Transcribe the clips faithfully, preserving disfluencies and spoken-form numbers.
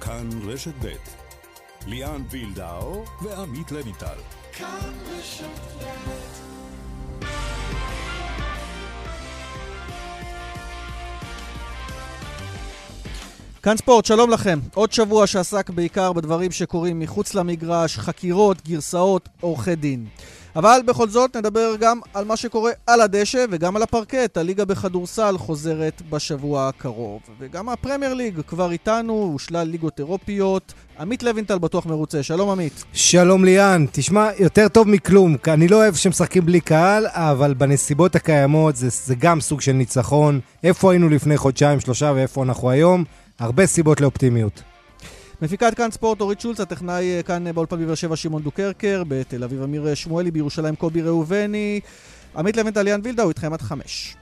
כאן רשת ב' ליאן וילדאו ועמית לויטל. כאן רשת ב'. כאן ספורט, שלום לכם. עוד שבוע שעסק בעיקר בדברים שקורים מחוץ למגרש, חקירות, גרסאות, עורכי דין. אבל בכל זאת נדבר גם על מה שקורה על הדשא וגם על הפרקט. הליגה בכדורסל חוזרת בשבוע הקרוב. וגם הפרמייר ליג כבר איתנו, ושלל ליגות אירופיות. עמית לוינטל בטוח מרוצה. שלום עמית. שלום ליאן. תשמע, יותר טוב מכלום. אני לא אוהב שמשחקים בלי קהל, אבל בנסיבות הקיימות זה, זה גם סוג של ניצחון. איפה היינו לפני חודשיים, שלושה ואיפה אנחנו היום? הרבה סיבות לאופטימיות. מפיקת כאן ספורט אורית שולץ, הטכנאי כאן באולפן בבאר שבע שמעון דוקרקר, בתל אביב אמיר שמואלי, בירושלים קובי ראובני. עמית לוינטל ליאן וילדאו איתכם עד חמש.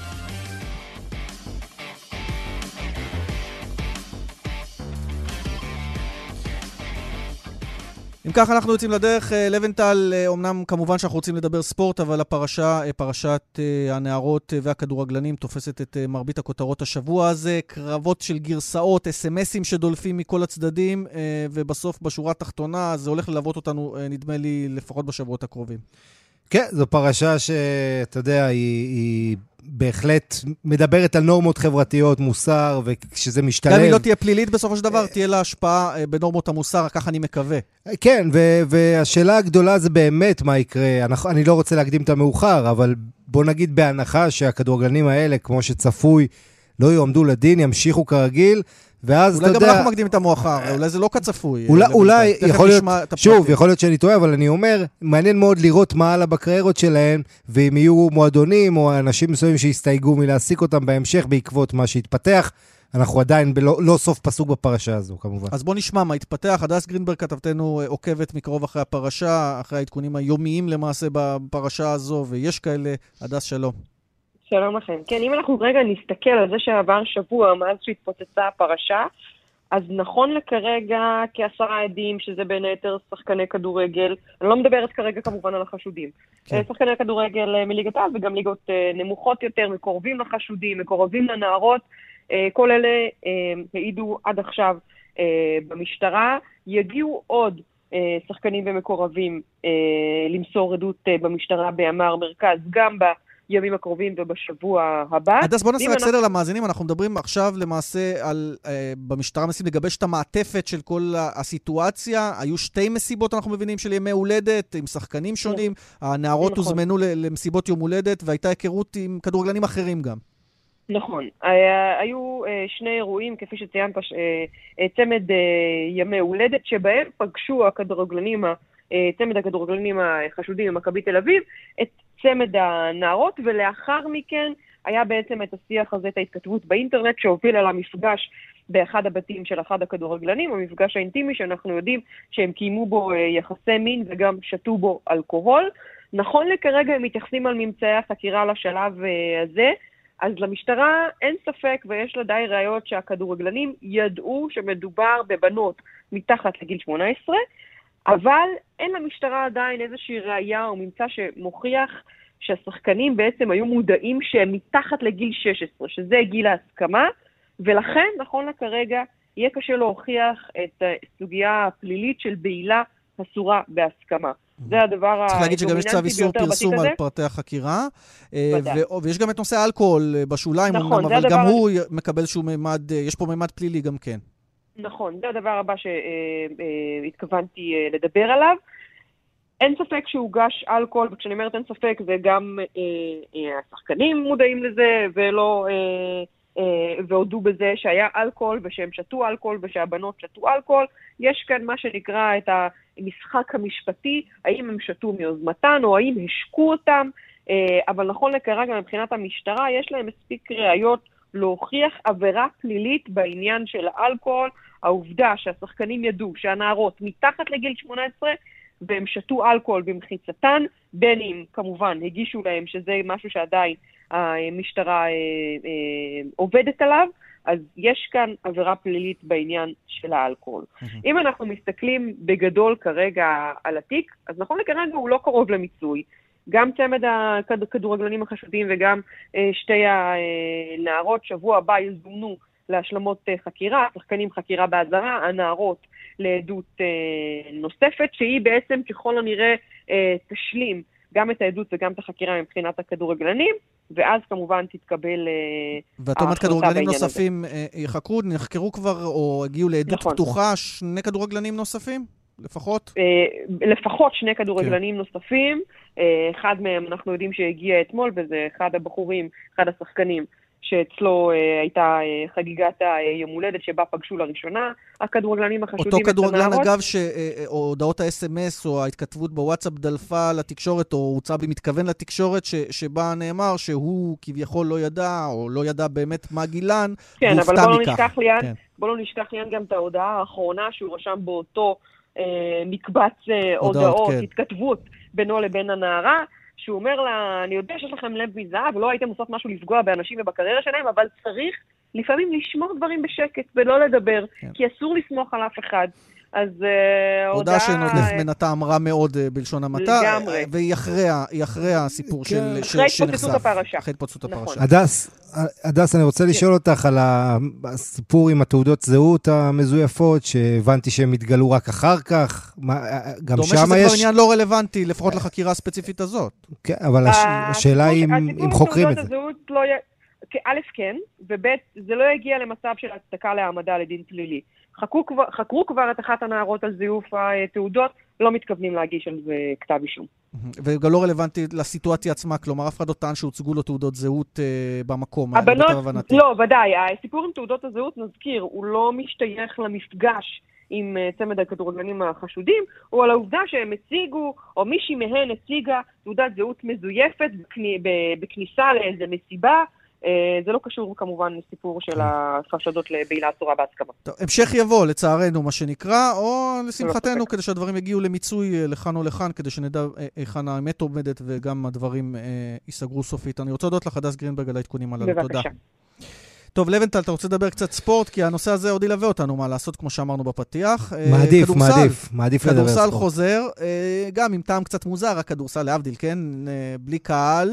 אם כך אנחנו יוצאים לדרך. לוינטל, אומנם כמובן שאנחנו רוצים לדבר ספורט, אבל הפרשה, פרשת הנערות והכדורגלנים תופסת את מרבית הכותרות השבוע הזה, קרבות של גרסאות, אס-אמסים שדולפים מכל הצדדים, ובסוף בשורה התחתונה זה הולך ללוות אותנו, נדמה לי, לפחות בשבועות הקרובים. כן, זו פרשה שאתה יודע, היא, היא בהחלט מדברת על נורמות חברתיות, מוסר, וכשזה משתלב. גם אם לא תהיה פלילית בסופו של דבר, תהיה לה השפעה בנורמות המוסר, כך אני מקווה. כן, ו- והשאלה הגדולה זה באמת מה יקרה. אני, אני לא רוצה להקדים את המאוחר, אבל בוא נגיד בהנחה שהכדורגלנים האלה, כמו שצפוי, לא יועמדו לדין, ימשיכו כרגיל, ואז אתה יודע... אולי גם אנחנו מקדים את המאוחר, אולי זה לא כצפוי. אולי, אולי יכול להיות, שוב, יכול להיות שאני טועה, אבל אני אומר, מעניין מאוד לראות מה עלה בקריירות שלהם, ואם יהיו מועדונים או אנשים מסוימים שיסתייגו מלהסיק אותם בהמשך בעקבות מה שהתפתח, אנחנו עדיין לא, לא סוף פסוק בפרשה הזו, כמובן. אז בוא נשמע מה התפתח. הדס גרינברג כתבתנו עוקבת מקרוב אחרי הפרשה, אחרי העדכונים היומיים למעשה בפרשה הזו, ויש כאלה. הדס, שלום. שלום לכם. כן, אם אנחנו רגע נסתכל על זה שעבר שבוע מאז שהתפוצצה הפרשה, אז נכון לכרגע כעשרה עדים, שזה בין היתר שחקני כדורגל, אני לא מדברת כרגע כמובן על החשודים, כן. שחקני כדורגל מליגת העל וגם ליגות נמוכות יותר, מקורבים לחשודים, מקורבים לנערות, כל אלה העידו עד עכשיו במשטרה, יגיעו עוד שחקנים ומקורבים למסור עדות במשטרה בימ"ר מרכז, גם ב... ימים הקרובים ובשבוע הבא. אז בוא נעשה רק סדר למאזינים, אנחנו מדברים עכשיו למעשה על, אה, במשטרה מנסים לגבש את המעטפת של כל הסיטואציה, היו שתי מסיבות אנחנו מבינים של ימי הולדת, עם שחקנים שונים, הנערות הוזמנו למסיבות יום הולדת, והייתה היכרות עם כדורגלנים אחרים גם. נכון, היו שני אירועים, כפי שציינת, צמד ימי הולדת, שבהם פגשו הכדורגלנים, צמד הכדורגלנים החשודים במכבי תל אביב, את צמד הנערות, ולאחר מכן היה בעצם את השיח הזה, את ההתכתבות באינטרנט, שהוביל על המפגש באחד הבתים של אחד הכדורגלנים, המפגש האינטימי שאנחנו יודעים שהם קיימו בו יחסי מין וגם שתו בו אלכוהול. נכון לכרגע הם מתייחסים על ממצאי החקירה לשלב הזה, אז למשטרה אין ספק ויש לה די ראיות שהכדורגלנים ידעו שמדובר בבנות מתחת לגיל שמונה עשרה, אבל אין למשטרה עדיין איזושהי ראייה או ממצא שמוכיח שהשחקנים בעצם היו מודעים שהם מתחת לגיל שש עשרה, שזה גיל ההסכמה, ולכן נכון לכרגע יהיה קשה להוכיח את הסוגיה הפלילית של בעילה אסורה בהסכמה. זה הדבר צריך להגיד שגם יש צו איסור פרסום על פרטי החקירה, ויש גם את נושא האלכוהול בשוליים, אבל גם הוא מקבל שהוא ממד, יש פה ממד פלילי גם כן. נכון, זה הדבר הבא שהתכוונתי לדבר עליו. אין ספק שהוגש אלכוהול, וכשאני אומרת אין ספק, זה גם השחקנים מודעים לזה, ולא, והודו בזה שהיה אלכוהול, ושהם שתו אלכוהול, ושהבנות שתו אלכוהול. יש כאן מה שנקרא את המשחק המשפטי, האם הם שתו מיוזמתן, או האם השקו אותם, אבל נכון לכרגע מבחינת המשטרה, יש להם מספיק ראיות להוכיח עבירה פלילית בעניין של האלכוהול, העובדה שהשחקנים ידעו שהנערות מתחת לגיל שמונה עשרה, והם שתו אלכוהול במחיצתן, בין אם כמובן הגישו להם שזה משהו שעדיין המשטרה אה, אה, עובדת עליו, אז יש כאן עבירה פלילית בעניין של האלכוהול. Mm-hmm. אם אנחנו מסתכלים בגדול כרגע על התיק, אז נכון לכרגע הוא לא קרוב למיצוי, גם צמד הכדורגלנים החשודים וגם שתי הנערות שבוע הבא יזומנו להשלמות חקירה, שחקנים חקירה בהזרה, הנערות לעדות נוספת, שהיא בעצם ככל הנראה תשלים גם את העדות וגם את החקירה מבחינת הכדורגלנים, ואז כמובן תתקבל ואת אומרת כדורגלנים נוספים יחקרו, נחקרו כבר או הגיעו לעדות נכון. פתוחה שני כדורגלנים נוספים? לפחות? לפחות שני כדורגלנים כן. נוספים, אחד מהם אנחנו יודעים שהגיע אתמול, וזה אחד הבחורים, אחד השחקנים, שאצלו אה, הייתה אה, חגיגת היום הולדת שבה פגשו לראשונה, הכדורגלנים החשודים... אותו כדורגלן אגב, שהודעות ה-אס אם אס או ההתכתבות בוואטסאפ דלפה לתקשורת, או הוצא במתכוון לתקשורת, ש, שבה נאמר שהוא כביכול לא ידע, או לא ידע באמת מה גילן, כן, והופתע מכך. אבל בוא לא נשכח ליד, כן. בוא לא נשכח ליד גם את ההודעה האחרונה שהוא רשם באותו אה, מקבץ אה, הודעות, הודעות כן. התכתבות בינו לבין הנערה, שהוא אומר לה, אני יודע שיש לכם לב מזהב, ולא הייתם עושות משהו לפגוע באנשים ובקריירה שלהם, אבל צריך לפעמים לשמור דברים בשקט ולא לדבר, כן. כי אסור לסמוך על אף אחד. אז הודעה שמנתה אמרה מאוד בלשון המעטה, והיא אחרי הסיפור של שנחשף. אחרי התפוצצות הפרשה. אחרי התפוצצות הפרשה. הדס, אני רוצה לשאול אותך על הסיפור עם התעודות זהות המזויפות, שהבנתי שהם התגלו רק אחר כך. גם שם יש... דומה שזה כבר עניין לא רלוונטי, לפחות לחקירה הספציפית הזאת. כן, אבל השאלה היא אם חוקרים את זה. א' כן, וב' זה לא יגיע למצב של הצדקה להעמדה לדין פלילי. חקרו כבר, חקרו כבר את אחת הנערות על זיוף התעודות, לא מתכוונים להגיש על זה כתב אישום. וגם לא רלוונטי לסיטואציה עצמה, כלומר, אף אחד לא טען שהוצגו לו תעודות זהות אה, במקום. הבנות, לא, ודאי, הסיפור עם תעודות הזהות, נזכיר, הוא לא משתייך למפגש עם צמד הכדורגלנים החשודים, הוא על העובדה שהם הציגו, או מישהי מהן הציגה תעודת זהות מזויפת בכני, בכניסה לאיזה מסיבה, זה לא קשור כמובן לסיפור של החשדות לבעילה אסורה בהסכמה. טוב, המשך יבוא, לצערנו, מה שנקרא, או לשמחתנו, כדי שהדברים יגיעו למיצוי לכאן או לכאן, כדי שנדע היכן האמת עומדת, וגם הדברים ייסגרו סופית. אני רוצה להודות לך, הדס גרינברג, על העדכונים הללו. תודה. טוב, לבנטל, אתה רוצה לדבר קצת ספורט, כי הנושא הזה עוד ילווה אותנו, מה לעשות, כמו שאמרנו בפתיח. מעדיף, מעדיף, מעדיף לדבר ספורט. כדורסל חוזר, גם עם טעם קצת מוזר, הכדורסל להבדיל, כן? בלי קהל.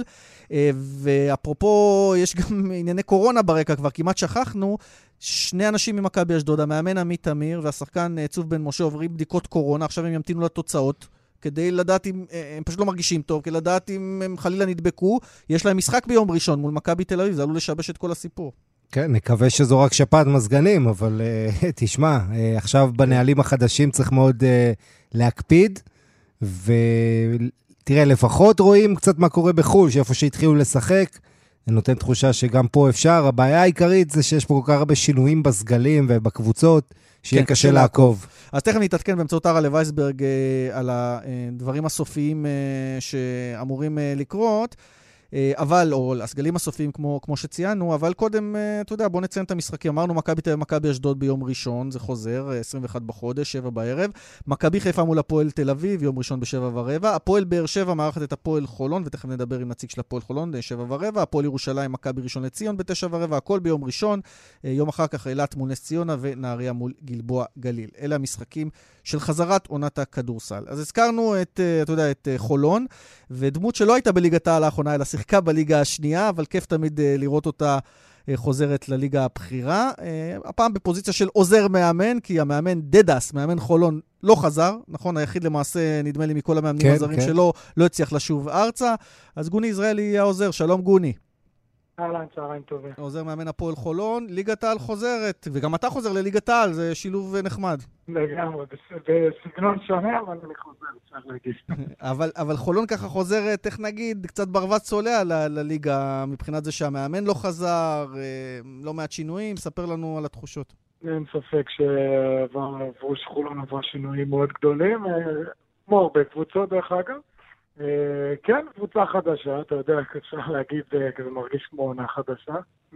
ואפרופו, יש גם ענייני קורונה ברקע, כבר כמעט שכחנו, שני אנשים ממכבי אשדוד, המאמן עמית תמיר והשחקן צוף בן משה עוברים בדיקות קורונה, עכשיו הם ימתינו לתוצאות, כדי לדעת אם, הם פשוט לא מרגישים טוב, כדי לדעת אם הם חלילה נדבקו, יש להם משחק ביום ראשון מול מכבי תל אביב, זה עלול לשבש את כל הסיפור. כן, נקווה שזו רק שפעת מזגנים, אבל uh, תשמע, uh, עכשיו בנהלים החדשים צריך מאוד uh, להקפיד, ותראה, לפחות רואים קצת מה קורה בחול, שאיפה שהתחילו לשחק, זה נותן תחושה שגם פה אפשר. הבעיה העיקרית זה שיש פה כל כך הרבה שינויים בסגלים ובקבוצות, שיהיה כן, קשה לעקוב. אז תכף נתעדכן באמצעות ארה לווייסברג uh, על הדברים הסופיים uh, שאמורים uh, לקרות, אבל, או הסגלים הסופיים כמו, כמו שציינו, אבל קודם, אתה יודע, בוא נציין את המשחקים. אמרנו מכבי תל אביב, מכבי אשדוד ביום ראשון, זה חוזר, עשרים ואחד בחודש, שבע בערב. מכבי חיפה מול הפועל תל אביב, יום ראשון בשבע ורבע. הפועל באר שבע מארחת את הפועל חולון, ותכף נדבר עם נציג של הפועל חולון, שבע ורבע. הפועל ירושלים, מכבי ראשון לציון בתשע ורבע, הכל ביום ראשון. יום אחר כך אילת מול נס ציונה ונהריה מול גלבוע גליל. אלה המשחקים של חזרת עונת הכדורסל. אז הזכרנו את, אתה יודע, את חולון, ודמות שלא הייתה בליגת העל האחרונה, אלא שיחקה בליגה השנייה, אבל כיף תמיד לראות אותה חוזרת לליגה הבחירה. הפעם בפוזיציה של עוזר מאמן, כי המאמן דדס, מאמן חולון, לא חזר, נכון? היחיד למעשה, נדמה לי, מכל המאמנים כן, הזרים כן. שלו, לא הצליח לשוב ארצה. אז גוני יזרעאלי יהיה העוזר. שלום גוני. אהלן, צהריים טובים. עוזר מאמן הפועל חולון, ליגת העל חוזרת, וגם אתה חוזר לליגת העל, זה שילוב נחמד. לגמרי, בסגנון שונה, אבל אני חוזר, צריך להגיד. אבל, אבל חולון ככה חוזרת, איך נגיד, קצת ברווז צולע לליגה, מבחינת זה שהמאמן לא חזר, לא מעט שינויים, ספר לנו על התחושות. אין ספק שעברו שחולון עברה שינויים מאוד גדולים, כמו הרבה קבוצות דרך אגב. כן, קבוצה חדשה, אתה יודע, אפשר להגיד, זה מרגיש כמו עונה חדשה,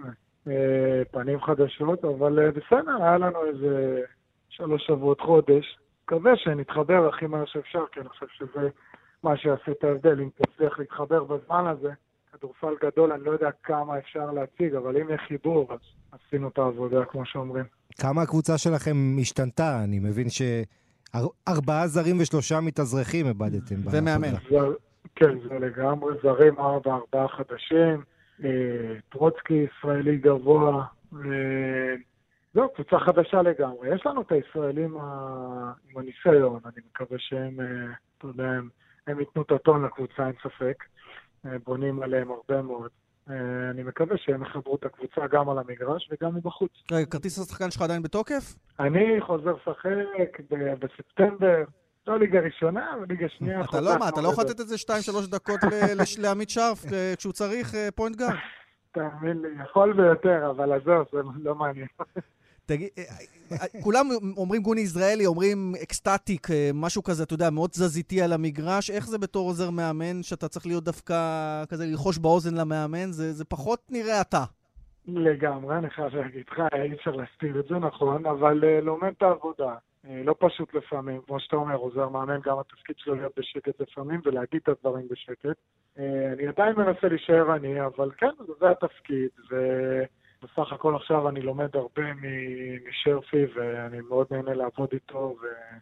פנים חדשות, אבל בסדר, היה לנו איזה שלוש שבועות חודש, מקווה שנתחבר הכי מהר שאפשר, כי אני חושב שזה מה שיעשה את ההבדל, אם תצליח להתחבר בזמן הזה, כדורסל גדול, אני לא יודע כמה אפשר להציג, אבל אם יהיה חיבור, אז עשינו את העבודה, כמו שאומרים. כמה הקבוצה שלכם השתנתה? אני מבין ש... ארבעה זרים ושלושה מתאזרחים הבדתם. ומאמן. כן, זה לגמרי. זרים ארבע, ארבעה חדשים. טרוצקי ישראלי גבוה. זו קבוצה חדשה לגמרי. יש לנו את הישראלים עם הניסיון, אני מקווה שהם, אתה יודע, הם, הם ייתנו את הטון לקבוצה, אין ספק. בונים עליהם הרבה מאוד. אני מקווה שהם יחברו את הקבוצה גם על המגרש וגם מבחוץ. רגע, כרטיס השחקן שלך עדיין בתוקף? אני חוזר לשחק בספטמבר, לא ליגה ראשונה, אבל ליגה שנייה. אתה לא, מה, אתה לא יכול לתת את זה שתיים שלוש דקות לעמית שרף כשהוא צריך פוינט גארד? תאמין לי, יכול ביותר, אבל עזוב, זה לא מעניין. תגיד, כולם אומרים גוני יזרעאלי, אומרים אקסטטיק, משהו כזה, אתה יודע, מאוד תזזיתי על המגרש. איך זה בתור עוזר מאמן, שאתה צריך להיות דווקא כזה ללחוש באוזן למאמן? זה, זה פחות נראה אתה. לגמרי, אני חייב להגיד לך, אי אפשר להסתיר את זה, נכון, אבל לומד את העבודה. לא פשוט לפעמים, כמו שאתה אומר, עוזר מאמן, גם התפקיד שלו להיות בשקט לפעמים, ולהגיד את הדברים בשקט. אני עדיין מנסה להישאר אני, אבל כן, זה התפקיד, ו... בסך הכל עכשיו אני לומד הרבה משרפי, ואני מאוד נהנה לעבוד איתו,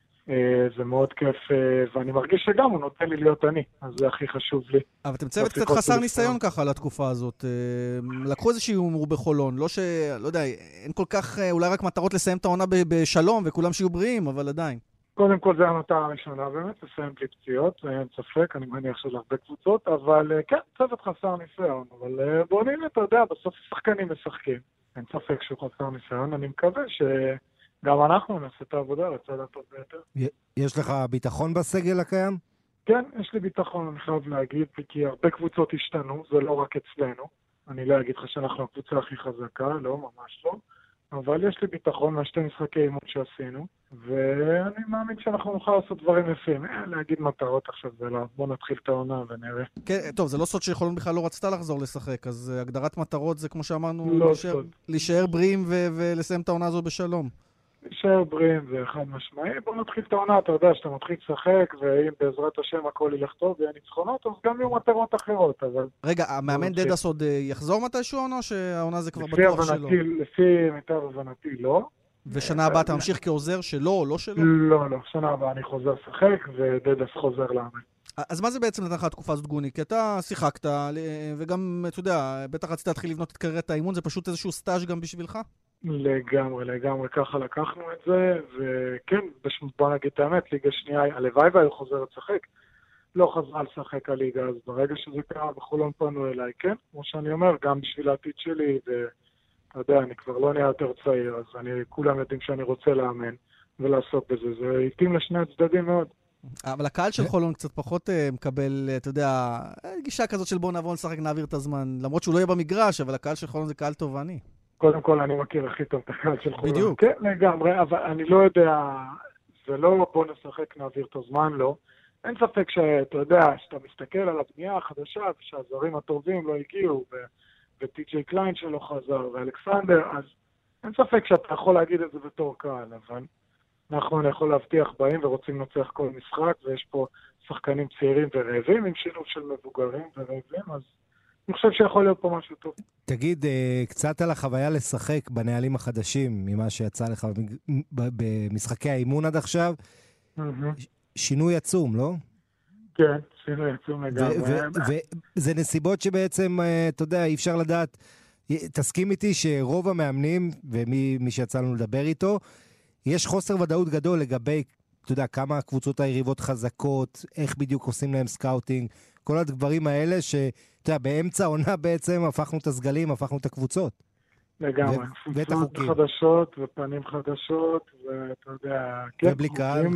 וזה מאוד כיף, ואני מרגיש שגם הוא נותן לי להיות אני, אז זה הכי חשוב לי. אבל אתם צוות קצת חסר ניסיון ככה לתקופה הזאת. לקחו איזשהו הומור בחולון, לא ש... לא יודע, אין כל כך, אולי רק מטרות לסיים את העונה בשלום, וכולם שיהיו בריאים, אבל עדיין. קודם כל זה המטרה הראשונה באמת, לסיים בלי פציעות, אין ספק, אני מניח של הרבה קבוצות, אבל כן, צוות חסר ניסיון, אבל בוא נראה, אתה יודע, בסוף שחקנים משחקים, אין ספק שהוא חסר ניסיון, אני מקווה שגם אנחנו נעשה את העבודה לצד הטוב ביותר. יש לך ביטחון בסגל הקיים? כן, יש לי ביטחון, אני חייב להגיד, כי הרבה קבוצות השתנו, זה לא רק אצלנו, אני לא אגיד לך שאנחנו הקבוצה הכי חזקה, לא, ממש לא. אבל יש לי ביטחון מהשתי משחקי אימון שעשינו, ואני מאמין שאנחנו נוכל לעשות דברים יפים. להגיד מטרות עכשיו זה לא, בוא נתחיל את העונה ונראה. כן, טוב, זה לא סוד שיכולון בכלל לא רצתה לחזור לשחק, אז הגדרת מטרות זה כמו שאמרנו, לא להישאר, להישאר בריאים ו- ולסיים את העונה הזו בשלום. להישאר בריאים זה אחד משמעי, בוא נתחיל את העונה, אתה יודע שאתה מתחיל לשחק, ואם בעזרת השם הכל ילך טוב ויהיה ניצחונות, אז גם יהיו מטרות אחרות, אבל... רגע, המאמן דדס עוד יחזור מתישהו העונה, שהעונה זה כבר בטוח שלו? לפי מיטב הבנתי לא. ושנה הבאה אתה ממשיך כעוזר שלו או לא שלו? לא, לא, שנה הבאה אני חוזר לשחק, ודדס חוזר לאמן. אז מה זה בעצם נתן לך התקופה הזאת גוני? כי אתה שיחקת, וגם, אתה יודע, בטח רצית להתחיל לבנות את קריירת האימון, זה פשוט איזשהו סטאז' גם בשבילך? לגמרי, לגמרי, ככה לקחנו את זה, וכן, בוא נגיד את האמת, ליגה שנייה, הלוואי והיו חוזר לשחק, לא חזרה לשחק הליגה, אז ברגע שזה קרה, בחולון פנו אליי, כן, כמו שאני אומר, גם בשביל העתיד שלי, ואתה יודע, אני כבר לא נהיה יותר צעיר, אז אני, כולם יודעים שאני רוצה לאמן ולעסוק בזה, זה התאים לשני הצדדים מאוד. אבל הקהל של חולון קצת פחות מקבל, אתה יודע, גישה כזאת של בוא נעבור לשחק, נעביר את הזמן, למרות שהוא לא יהיה במגרש, אבל הקהל של חולון זה קהל תובעני. קודם כל, אני מכיר הכי טוב את הקהל של חולון. בדיוק. כן, לגמרי, אבל אני לא יודע, זה לא בוא נשחק, נעביר את הזמן, לא. אין ספק שאתה יודע, שאתה מסתכל על הבנייה החדשה, ושהזרים הטובים לא הגיעו, וטי.ג'יי קליין שלא חזר, ואלכסנדר, אז אין ספק שאתה יכול להגיד את זה בתור קהל, אבל אנחנו אני יכול להבטיח באים ורוצים לנצח כל משחק, ויש פה שחקנים צעירים ורעבים, עם שילוב של מבוגרים ורעבים, אז אני חושב שיכול להיות פה משהו טוב. תגיד, קצת על החוויה לשחק בנהלים החדשים, ממה שיצא לך במשחקי האימון עד עכשיו, שינוי עצום, לא? כן, שינוי עצום לגמרי. וזה נסיבות שבעצם, אתה יודע, אי אפשר לדעת, תסכים איתי שרוב המאמנים, ומי שיצא לנו לדבר איתו, יש חוסר ודאות גדול לגבי, אתה יודע, כמה הקבוצות היריבות חזקות, איך בדיוק עושים להם סקאוטינג, כל הדברים האלה שאתה יודע, באמצע העונה בעצם הפכנו את הסגלים, הפכנו את הקבוצות. לגמרי. קבוצות חדשות ופנים חדשות, ואתה יודע, ובלי קהל.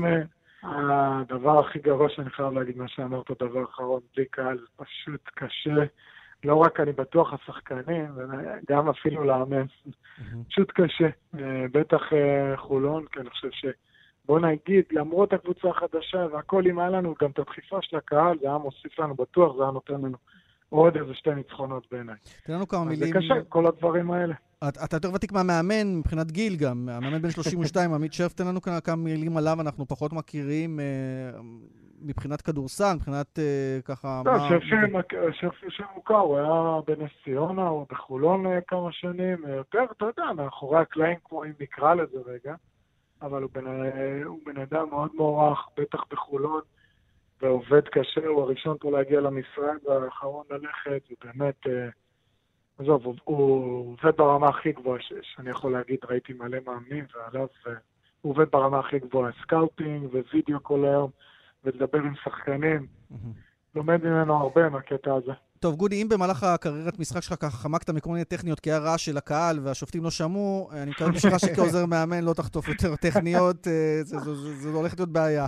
הדבר הכי גרוע שאני חייב להגיד מה שאמרת, הדבר האחרון, בלי קהל, זה פשוט קשה. לא רק אני בטוח השחקנים, גם אפילו לאמן. פשוט קשה. בטח חולון, כי אני חושב ש... בוא נגיד, למרות הקבוצה החדשה והכל אם היה לנו גם את הדחיפה של הקהל, זה היה מוסיף לנו בטוח, זה היה נותן לנו עוד איזה שתי ניצחונות בעיניי. תן לנו כמה מילים... זה קשה, כל הדברים האלה. אתה יותר ותיק מהמאמן, מבחינת גיל גם, המאמן בן שלושים ושתיים, עמית שרף, תן לנו כמה מילים עליו, אנחנו פחות מכירים מבחינת כדורסל, מבחינת ככה... לא, שרף שמוכר, הוא היה בנס ציונה, הוא בחולון כמה שנים, יותר, אתה יודע, מאחורי הקלעים, כמו אם נקרא לזה רגע, אבל הוא בן, הוא בן אדם מאוד מוערך, בטח בחולון, ועובד קשה, הוא הראשון פה להגיע למשרד, והאחרון ללכת, ובאמת... עזוב, הוא, הוא עובד ברמה הכי גבוהה שיש. אני יכול להגיד, ראיתי מלא מאמנים, ועליו הוא עובד ברמה הכי גבוהה. סקאוטינג ווידאו כל היום, ולדבר עם שחקנים. לומד ממנו הרבה מהקטע הזה. טוב, גודי, אם במהלך הקריירת משחק שלך ככה חמקת מכל מיני טכניות, כי היה רעש של הקהל והשופטים לא שמעו, אני מקווה בשבילה שכעוזר מאמן לא תחטוף יותר טכניות, זה הולך להיות בעיה.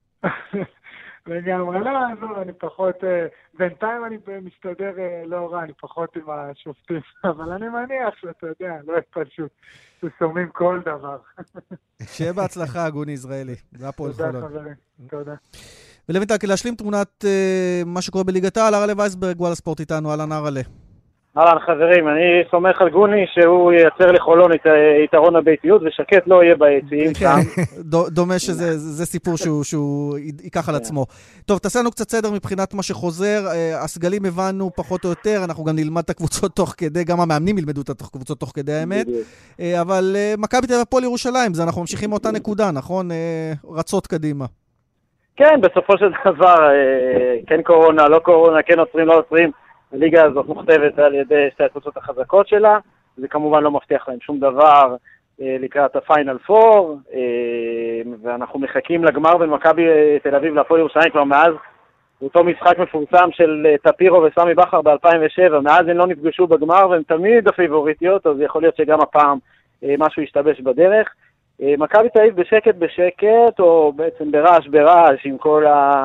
לגמרי, לא, לא, אני פחות, בינתיים אני מסתדר לא רע, אני פחות עם השופטים, אבל אני מניח שאתה יודע, לא פשוט, ששומעים כל דבר. שיהיה בהצלחה, גוני יזרעאלי. תודה, חברים, תודה. ולוינטל, להשלים תמונת מה שקורה בליגת העל, ארלה וייסברג, וואלה ספורט איתנו, אהלן ארלה. אהלן חברים, אני סומך על גוני שהוא ייצר לחולון את יתרון הביתיות, ושקט לא יהיה ביציעים שם. דומה שזה סיפור שהוא ייקח על עצמו. טוב, תעשה לנו קצת סדר מבחינת מה שחוזר, הסגלים הבנו פחות או יותר, אנחנו גם נלמד את הקבוצות תוך כדי, גם המאמנים ילמדו את הקבוצות תוך כדי האמת, אבל מכבי תל אביב הפועל ירושלים, זה אנחנו ממשיכים מאותה נקודה, נכון? רצות קדימה. כן, בסופו של דבר, כן קורונה, לא קורונה, כן עוצרים, לא עוצרים. הליגה הזאת מוכתבת על ידי שתי הקבוצות החזקות שלה, זה כמובן לא מבטיח להם שום דבר אה, לקראת הפיינל פור, אה, ואנחנו מחכים לגמר בין מכבי תל אביב להפועל ירושלים כבר מאז אותו משחק מפורסם של אה, טפירו וסמי בכר ב-אלפיים ושבע, מאז הם לא נפגשו בגמר והם תמיד הפיבוריטיות, אז יכול להיות שגם הפעם אה, משהו ישתבש בדרך. אה, מכבי תל אביב בשקט בשקט, או בעצם ברעש ברעש, עם כל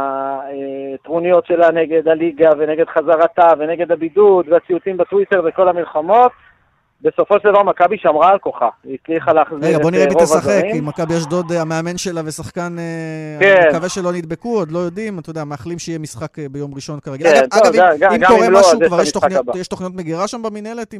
הטרוניות שלה נגד הליגה ונגד חזרתה ונגד הבידוד והציוצים בטוויטר וכל המלחמות, בסופו של דבר מכבי שמרה על כוחה, היא הצליחה להחזיר את רוב הדברים. רגע, בוא נראה מי תשחק, כי מכבי אשדוד, המאמן שלה ושחקן, אני מקווה שלא נדבקו, עוד לא יודעים, אתה יודע, מאחלים שיהיה משחק ביום ראשון כרגיל. אגב, אם קורה משהו, כבר יש תוכניות מגירה שם במנהלת?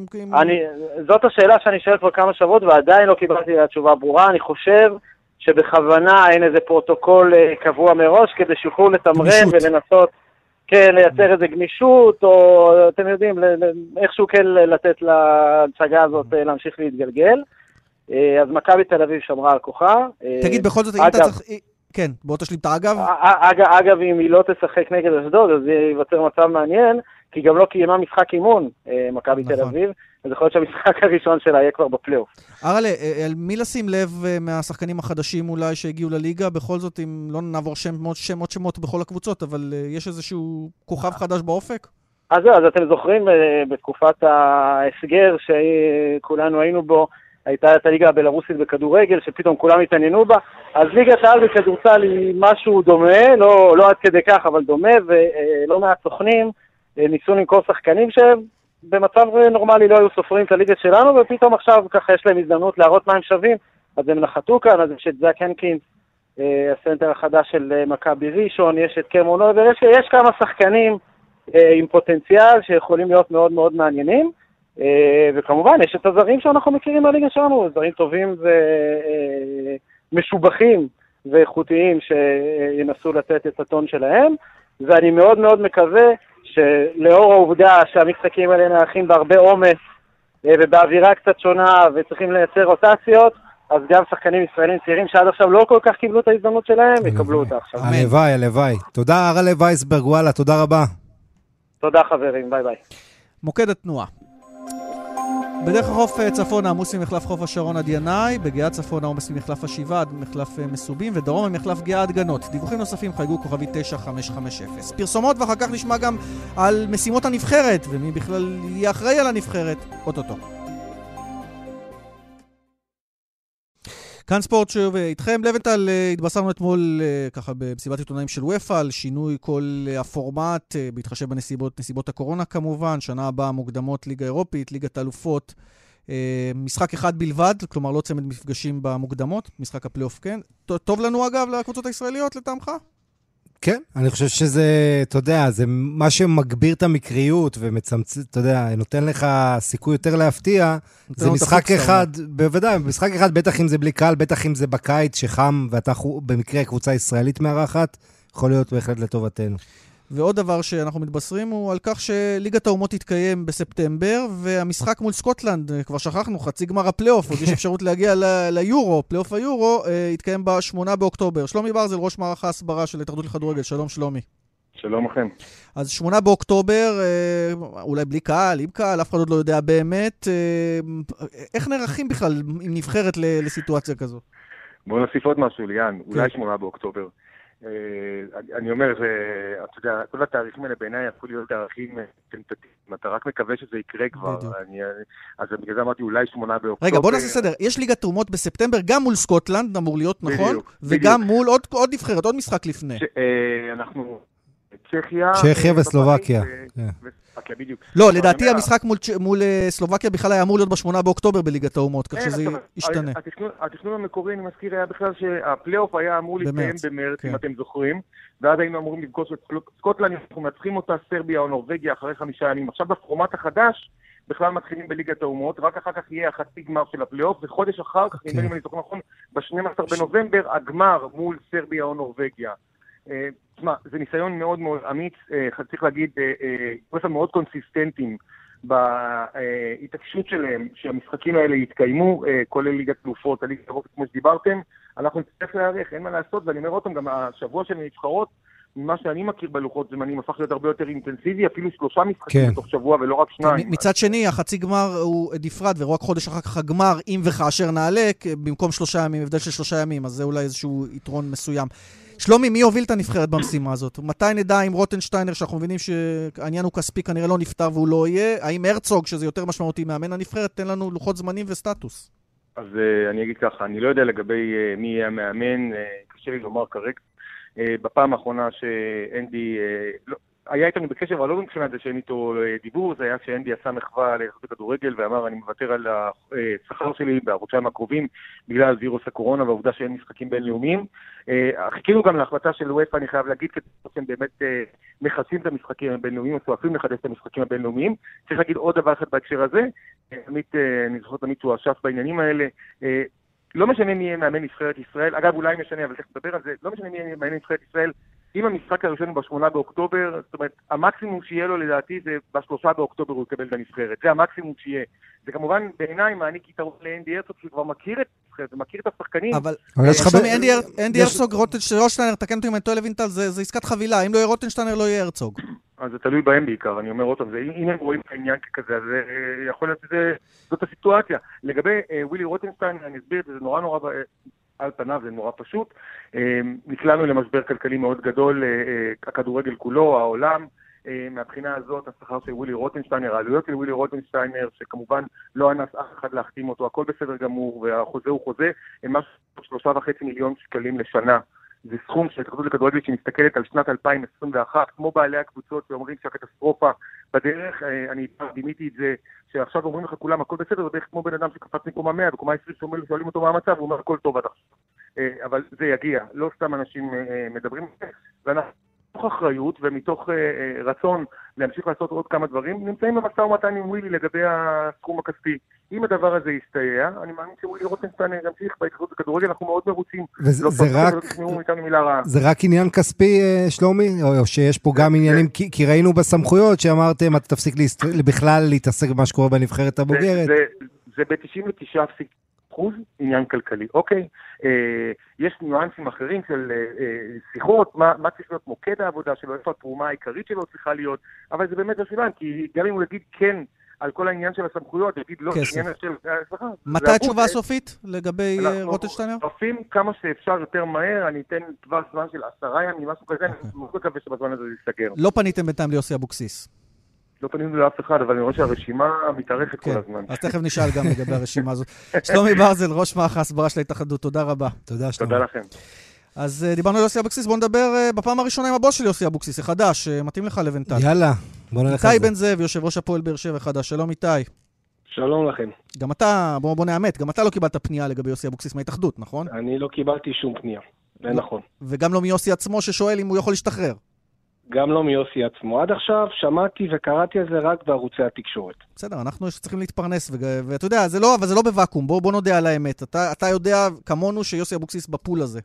זאת השאלה שאני שואל כבר כמה שבועות, ועדיין לא קיבלתי תשובה ברורה. אני חושב שבכוונה אין איזה פרוטוקול קבוע מראש, כדי שיוכלו לתמרן ולנסות כן, לייצר איזה גמישות, או אתם יודעים, איכשהו כן לתת להצגה הזאת להמשיך להתגלגל. אז מכבי תל אביב שמרה על כוחה. תגיד, בכל זאת, אם אתה צריך... כן, בוא תשלים את האגב. אגב, אם היא לא תשחק נגד אשדוד, אז ייווצר מצב מעניין, כי גם לא קיימה משחק אימון, מכבי תל אביב, אז יכול להיות שהמשחק הראשון שלה יהיה כבר בפלייאוף. ארלה, על מי לשים לב מהשחקנים החדשים אולי שהגיעו לליגה? בכל זאת, אם לא נעבור שמות שמות שמות בכל הקבוצות, אבל יש איזשהו כוכב חדש באופק? אז זהו, אז אתם זוכרים בתקופת ההסגר שכולנו היינו בו, הייתה את הליגה הבלרוסית בכדורגל, שפתאום כולם התעניינו בה, אז ליגת העל בכדורסל היא משהו דומה, לא, לא עד כדי כך, אבל דומה, ולא מעט סוכנים ניסו למכור שחקנים שבמצב נורמלי לא היו סופרים את הליגה שלנו, ופתאום עכשיו ככה יש להם הזדמנות להראות מה הם שווים, אז הם נחתו כאן, אז יש את זק הנקינס, הסנטר החדש של מכבי ראשון, יש את קרמון אובר, יש, יש כמה שחקנים עם פוטנציאל שיכולים להיות מאוד מאוד מעניינים, וכמובן יש את הזרים שאנחנו מכירים מהליגה שלנו, זרים טובים ומשובחים ואיכותיים שינסו לתת את הטון שלהם, ואני מאוד מאוד מקווה שלאור העובדה שהמשחקים האלה נערכים בהרבה עומס ובאווירה קצת שונה וצריכים לייצר רוטציות, אז גם שחקנים ישראלים צעירים שעד עכשיו לא כל כך קיבלו את ההזדמנות שלהם, יקבלו אותה עכשיו. הלוואי, הלוואי. תודה ארלה וייסברג, וואלה, תודה רבה. תודה חברים, ביי ביי. מוקד התנועה. בדרך החוף צפון העמוס ממחלף חוף השרון עד ינאי, בגאה צפון העומס ממחלף השבעה עד מחלף מסובים, ודרום ממחלף גאה עד גנות. דיווחים נוספים חייגו כוכבי תשע חמש חמש אפס. פרסומות, ואחר כך נשמע גם על משימות הנבחרת, ומי בכלל יהיה אחראי על הנבחרת, אוטוטו. כאן ספורט שוב איתכם. לוינטל, התבשרנו אתמול ככה במסיבת עיתונאים של וופא על שינוי כל הפורמט, בהתחשב בנסיבות, נסיבות הקורונה כמובן, שנה הבאה מוקדמות ליגה אירופית, ליגת האלופות, משחק אחד בלבד, כלומר לא צמד מפגשים במוקדמות, משחק הפלייאוף כן. טוב לנו אגב לקבוצות הישראליות לטעמך? כן, אני חושב שזה, אתה יודע, זה מה שמגביר את המקריות ומצמצם, אתה יודע, נותן לך סיכוי יותר להפתיע, זה משחק אחד, בוודאי, משחק אחד, בטח אם זה בלי קהל, בטח אם זה בקיץ שחם, ואתה במקרה קבוצה ישראלית מארחת, יכול להיות בהחלט לטובתנו. ועוד דבר שאנחנו מתבשרים הוא על כך שליגת האומות תתקיים בספטמבר, והמשחק מול סקוטלנד, כבר שכחנו, חצי גמר הפלייאוף, עוד יש אפשרות להגיע ליורו, פלייאוף היורו, יתקיים ב-שמונה באוקטובר. שלומי ברזל, ראש מערך ההסברה של התאחדות לכדורגל, שלום שלומי. שלום לכם. אז שמונה באוקטובר, אולי בלי קהל, עם קהל, אף אחד עוד לא יודע באמת. איך נערכים בכלל עם נבחרת לסיטואציה כזו? בואו נוסיף עוד משהו, ליאן. אולי שמונה באוקטובר. אני אומר, אתה יודע, כל התאריכים האלה בעיניי הפכו להיות תאריכים טנטטיביים. אתה רק מקווה שזה יקרה כבר. אז בגלל זה אמרתי, אולי שמונה באוקטובר. רגע, בוא נעשה סדר. יש ליגת תרומות בספטמבר, גם מול סקוטלנד, אמור להיות, נכון? וגם מול עוד נבחרת, עוד משחק לפני. אנחנו... צ'כיה... צ'כיה וסלובקיה. וסלובקיה, בדיוק. לא, לדעתי המשחק מול סלובקיה בכלל היה אמור להיות בשמונה באוקטובר בליגת האומות, כך שזה ישתנה. התכנון המקורי, אני מזכיר, היה בכלל שהפלייאוף היה אמור להתקיים במרץ, אם אתם זוכרים, ואז היינו אמורים לפגוש את סקוטלנד, אנחנו מנצחים אותה סרביה או נורווגיה אחרי חמישה ימים. עכשיו בפורמט החדש, בכלל מתחילים בליגת האומות, רק אחר כך יהיה החצי גמר של הפלייאוף, וחודש אחר כך, אם אני זוכר נכון, ב-שנים עשר בנובמבר, הגמר מול סרביה או נורווגיה. תשמע, זה ניסיון מאוד מאוד אמיץ, צריך להגיד, מאוד קונסיסטנטים בהתעקשות שלהם שהמשחקים האלה יתקיימו, כולל ליגת אלופות, הליגה האירופית כמו שדיברתם, אנחנו נצטרך להערך, אין מה לעשות, ואני אומר אותם, גם השבוע של הנבחרות, ממה שאני מכיר בלוחות זמנים הפך להיות הרבה יותר אינטנסיבי, אפילו שלושה משחקים בתוך שבוע ולא רק שניים. מצד שני, החצי גמר הוא נפרד, ורק חודש אחר כך הגמר, אם וכאשר נעלה, במקום שלושה ימים, הבדל של שלושה ימים, אז זה אולי איזשהו יתרון מסוים. שלומי, מי הוביל את הנבחרת במשימה הזאת? מתי נדע עם רוטנשטיינר, שאנחנו מבינים שהעניין הוא כספי, כנראה לא נפטר והוא לא יהיה? האם הרצוג, שזה יותר משמעותי מאמן הנבחרת, תן לנו לוחות זמנים וסטטוס? אז אני אגיד ככה, אני לא יודע לגבי מי יהיה המאמן, קשה לי לומר כרגע. בפעם האחרונה שאנדי, היה איתנו בקשר, אבל לא מבחינת זה שאין איתו דיבור, זה היה שאנדי עשה מחווה להתאחדות הכדורגל ואמר, אני מוותר על השכר שלי בחודשיים הקרובים בגלל וירוס הקורונה והעובדה שאין משחקים בינלאומיים. חיכינו גם להחלטה של וופא, אני חייב להגיד, שהם באמת מכסים את המשחקים הבינלאומיים, או שואפים לחדש את המשחקים הבינלאומיים. צריך להגיד עוד דבר אחד בהקשר הזה, אני זוכר תמיד שהוא אשף בעניינים האלה, לא משנה מי יהיה מאמן נבחרת ישראל, אגב אולי משנה, אבל צריך לדבר על זה, לא משנה מי יהיה מאמן נבחרת ישראל, אם המשחק הראשון הוא בשמונה באוקטובר, זאת אומרת, המקסימום שיהיה לו לדעתי זה בשלושה באוקטובר הוא יקבל את הנבחרת, זה המקסימום שיהיה. זה כמובן בעיניי מעניק יתרון לאנדי הרצוג, שהוא כבר מכיר את הנבחרת, מכיר את השחקנים. אבל אנדי הרצוג, רוטנשטיינר, תקן אותי אם אני טועה לוינטל, זה עסקת חבילה, אם לא יהיה רוטנשטיינר לא יהיה הרצוג. אז זה תלוי בהם בעיקר, אני אומר אותם, אם הם רואים את העניין כזה, אז יכול להיות שזאת הסיטואציה. לגבי ווילי רוטנשטיינר, אני אסביר, זה נורא נורא על פניו, זה נורא פשוט. נקלענו למשבר כלכלי מאוד גדול, הכדורגל כולו, העולם. מהבחינה הזאת, השכר של ווילי רוטנשטיינר, העלויות של ווילי רוטנשטיינר, שכמובן לא אנס אף אחד להחתים אותו, הכל בסדר גמור, והחוזה הוא חוזה, הם משהו שלושה וחצי מיליון שקלים לשנה. זה סכום של התאחדות לכדורגל שמסתכלת על שנת אלפיים עשרים ואחת, כמו בעלי הקבוצות שאומרים שהקטסטרופה בדרך, אני דימיתי את זה, שעכשיו אומרים לך כולם, הכל בסדר, זה בערך כמו בן אדם שקפץ מקום המאה, וקומה עשרים שואלים אותו מה המצב, הוא אומר, הכל טוב עד עכשיו. אבל זה יגיע, לא סתם אנשים מדברים, ואנחנו מתוך אחריות ומתוך רצון להמשיך לעשות עוד כמה דברים, נמצאים במשא ומתן עם ווילי לגבי הסכום הכספי. אם הדבר הזה יסתייע, אני מאמין שווילי רוטנשטיינר ימשיך בהתאחדות לכדורגל, אנחנו מאוד מרוצים. זה רק עניין כספי, שלומי? או שיש פה גם עניינים, כי ראינו בסמכויות שאמרתם, אתה תפסיק בכלל להתעסק במה שקורה בנבחרת הבוגרת? זה ב-תשעים ותשעה אחוז עניין כלכלי, אוקיי? יש ניואנסים אחרים של שיחות, מה צריך להיות מוקד העבודה שלו, איפה התרומה העיקרית שלו צריכה להיות, אבל זה באמת השאלה, כי גם אם הוא יגיד כן על כל העניין של הסמכויות, יגיד לא, עניין של... מתי התשובה הסופית לגבי רוטנשטיינר? אנחנו עושים כמה שאפשר יותר מהר, אני אתן טווח זמן של עשרה ימים, משהו כזה, אני מאוד מקווה שבזמן הזה זה יסתגר. לא פניתם בינתיים ליוסי אבוקסיס? לא פנינו לאף אחד, אבל אני רואה שהרשימה מתארכת כל הזמן. אז תכף נשאל גם לגבי הרשימה הזאת. שלומי ברזל, ראש מערך ההסברה של ההתאחדות, תודה רבה. תודה, שלומי. תודה לכם. אז דיברנו על יוסי אבוקסיס, בואו נדבר בפעם הראשונה עם הבוס של יוסי אבוקסיס, החדש, מתאים לך לבנטל. יאללה, בוא נלך על זה. איתי בן זאב, יושב ראש הפועל באר שבע החדש, שלום איתי. שלום לכם. גם אתה, בוא, בוא נאמת, גם אתה לא קיבלת פנייה לגבי יוסי אבוקסיס מההתאחדות, נכון? אני לא קיבלתי שום פנייה, זה נכון. וגם לא מיוסי עצמו ששואל אם הוא יכול להשתחרר. גם לא מיוסי עצמו. עד עכשיו שמעתי וקראתי על זה רק בערוצי התקשורת. בסדר, אנחנו צריכים להתפרנס, ואתה יודע, זה לא, אבל זה לא בוואקום, בוא, בוא נודע על האמת. אתה, אתה יודע כמונו שיוסי אבוקסיס בפול הזה.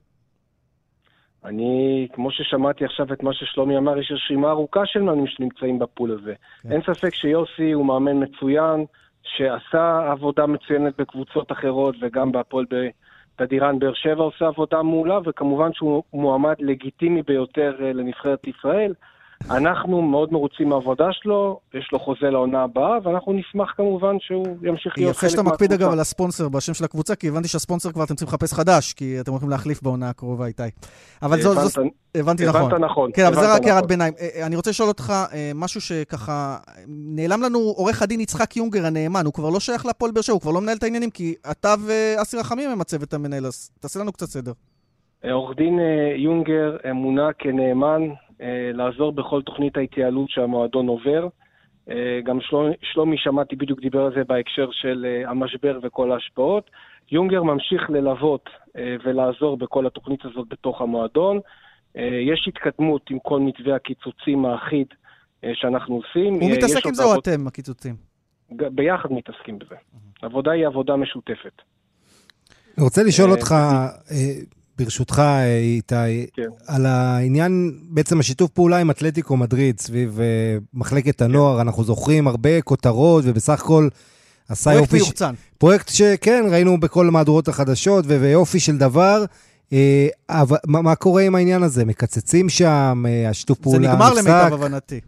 אני, כמו ששמעתי עכשיו את מה ששלומי אמר, יש רשימה ארוכה של מאמנים שנמצאים בפול הזה. כן. אין ספק שיוסי הוא מאמן מצוין, שעשה עבודה מצוינת בקבוצות אחרות, וגם בהפועל בדירן באר שבע עושה עבודה מעולה, וכמובן שהוא מועמד לגיטימי ביותר לנבחרת ישראל. אנחנו מאוד מרוצים מהעבודה שלו, יש לו חוזה לעונה הבאה, ואנחנו נשמח כמובן שהוא ימשיך להיות חלק מהקבוצה. יפה שאתה מקפיד אגב על הספונסר בשם של הקבוצה, כי הבנתי שהספונסר כבר אתם צריכים לחפש חדש, כי אתם הולכים להחליף בעונה הקרובה איתי. אבל זו, זו, הבנתי נכון. הבנת נכון. כן, אבל זה רק הערת ביניים. אני רוצה לשאול אותך משהו שככה, נעלם לנו עורך הדין יצחק יונגר הנאמן, הוא כבר לא שייך להפועל באר שבע, הוא כבר לא מנהל את העניינים, כי אתה ואסי רחמים הם הצוות המנהל, אז תעשה לנו קצת סדר. עורך דין יונגר מונה כנאמן, לעזור בכל תוכנית ההתייעלות שהמועדון עובר. גם שלומי שמעתי בדיוק דיבר על זה בהקשר של המשבר וכל ההשפעות. יונגר ממשיך ללוות ולעזור בכל התוכנית הזאת בתוך המועדון. יש התקדמות עם כל מתווה הקיצוצים האחיד שאנחנו עושים. הוא מתעסק עם זה או אתם, הקיצוצים? ביחד מתעסקים בזה. העבודה היא עבודה משותפת. אני רוצה לשאול אותך, ברשותך איתי, כן. על העניין, בעצם השיתוף פעולה עם אתלטיקו מדריד, סביב מחלקת הנוער, כן. אנחנו זוכרים הרבה כותרות, ובסך הכל עשה פרויקט יופי... מיוחצן. פרויקט שכן, ראינו בכל מהדורות החדשות, ויופי של דבר, אבל מה, מה קורה עם העניין הזה? מקצצים שם, השיתוף פעולה נפסק? זה נגמר למיטב הבנתי.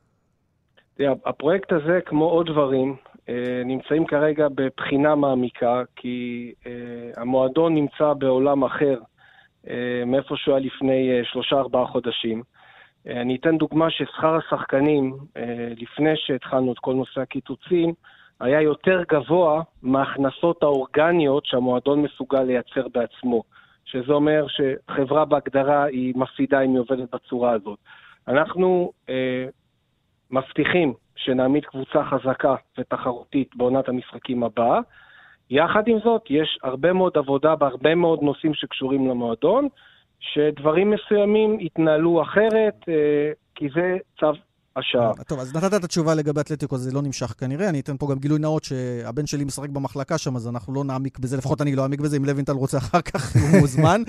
הפרויקט הזה, כמו עוד דברים, נמצאים כרגע בבחינה מעמיקה, כי המועדון נמצא בעולם אחר, מאיפה שהוא היה לפני שלושה ארבעה חודשים. אני אתן דוגמה ששכר השחקנים, לפני שהתחלנו את כל נושא הקיצוצים, היה יותר גבוה מההכנסות האורגניות שהמועדון מסוגל לייצר בעצמו. שזה אומר שחברה בהגדרה היא מפסידה אם היא עובדת בצורה הזאת. אנחנו אה, מבטיחים שנעמיד קבוצה חזקה ותחרותית בעונת המשחקים הבאה. יחד עם זאת, יש הרבה מאוד עבודה בהרבה מאוד נושאים שקשורים למועדון, שדברים מסוימים יתנהלו אחרת, אה, כי זה צו השעה. טוב, אז נתת את התשובה לגבי אתלטיקו, זה לא נמשך כנראה. אני אתן פה גם גילוי נאות שהבן שלי משחק במחלקה שם, אז אנחנו לא נעמיק בזה, לפחות אני לא אעמיק בזה, אם לוינטל רוצה אחר כך, הוא מוזמן.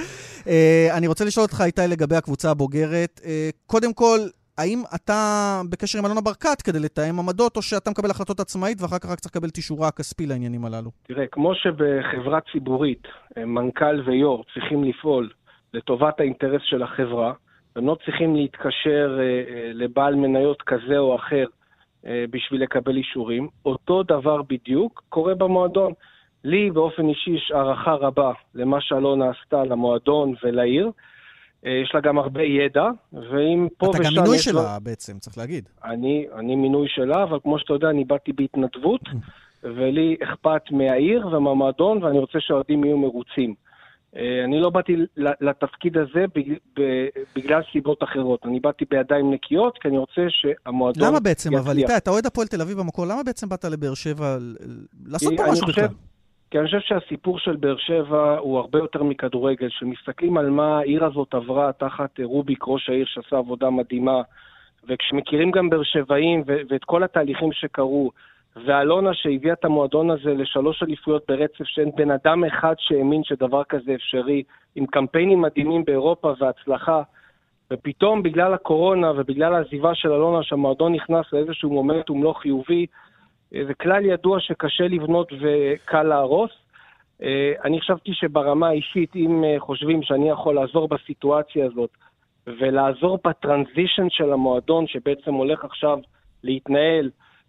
אני רוצה לשאול אותך, איתי, לגבי הקבוצה הבוגרת. קודם כל, האם אתה בקשר עם אלונה ברקת כדי לתאם עמדות, או שאתה מקבל החלטות עצמאית, ואחר כך רק צריך לקבל תישורה הכספי לעניינים הללו? תראה, כמו שבחברה ציבורית, מנכ"ל ויור צריכים לפעול לטובת האינטרס של החברה, הם לא צריכים להתקשר אה, לבעל מניות כזה או אחר אה, בשביל לקבל אישורים. אותו דבר בדיוק קורה במועדון. לי באופן אישי יש הערכה רבה למה שאלונה עשתה למועדון ולעיר. אה, יש לה גם הרבה ידע, ואם פה אתה גם מינוי שלה לו... בעצם, צריך להגיד. אני, אני מינוי שלה, אבל כמו שאתה יודע, אני באתי בהתנדבות, ולי אכפת מהעיר ומהמועדון, ואני רוצה שהעדים יהיו מרוצים. אני לא באתי לתפקיד הזה בגלל סיבות אחרות. אני באתי בידיים נקיות, כי אני רוצה שהמועדון יצליח. למה בעצם, אבל איתי, אתה אוהד הפועל תל אביב במקור, למה בעצם באת לבאר שבע לעשות פה משהו בכלל? כי אני חושב שהסיפור של באר שבע הוא הרבה יותר מכדורגל, שמסתכלים על מה העיר הזאת עברה תחת רוביק, ראש העיר שעשה עבודה מדהימה, וכשמכירים גם באר שבעים ואת כל התהליכים שקרו, ואלונה שהביאה את המועדון הזה לשלוש אליפויות ברצף, שאין בן אדם אחד שהאמין שדבר כזה אפשרי, עם קמפיינים מדהימים באירופה והצלחה, ופתאום בגלל הקורונה ובגלל העזיבה של אלונה שהמועדון נכנס לאיזשהו מומנטום לא חיובי, זה כלל ידוע שקשה לבנות וקל להרוס. אני חשבתי שברמה האישית, אם חושבים שאני יכול לעזור בסיטואציה הזאת, ולעזור בטרנזישן של המועדון שבעצם הולך עכשיו להתנהל,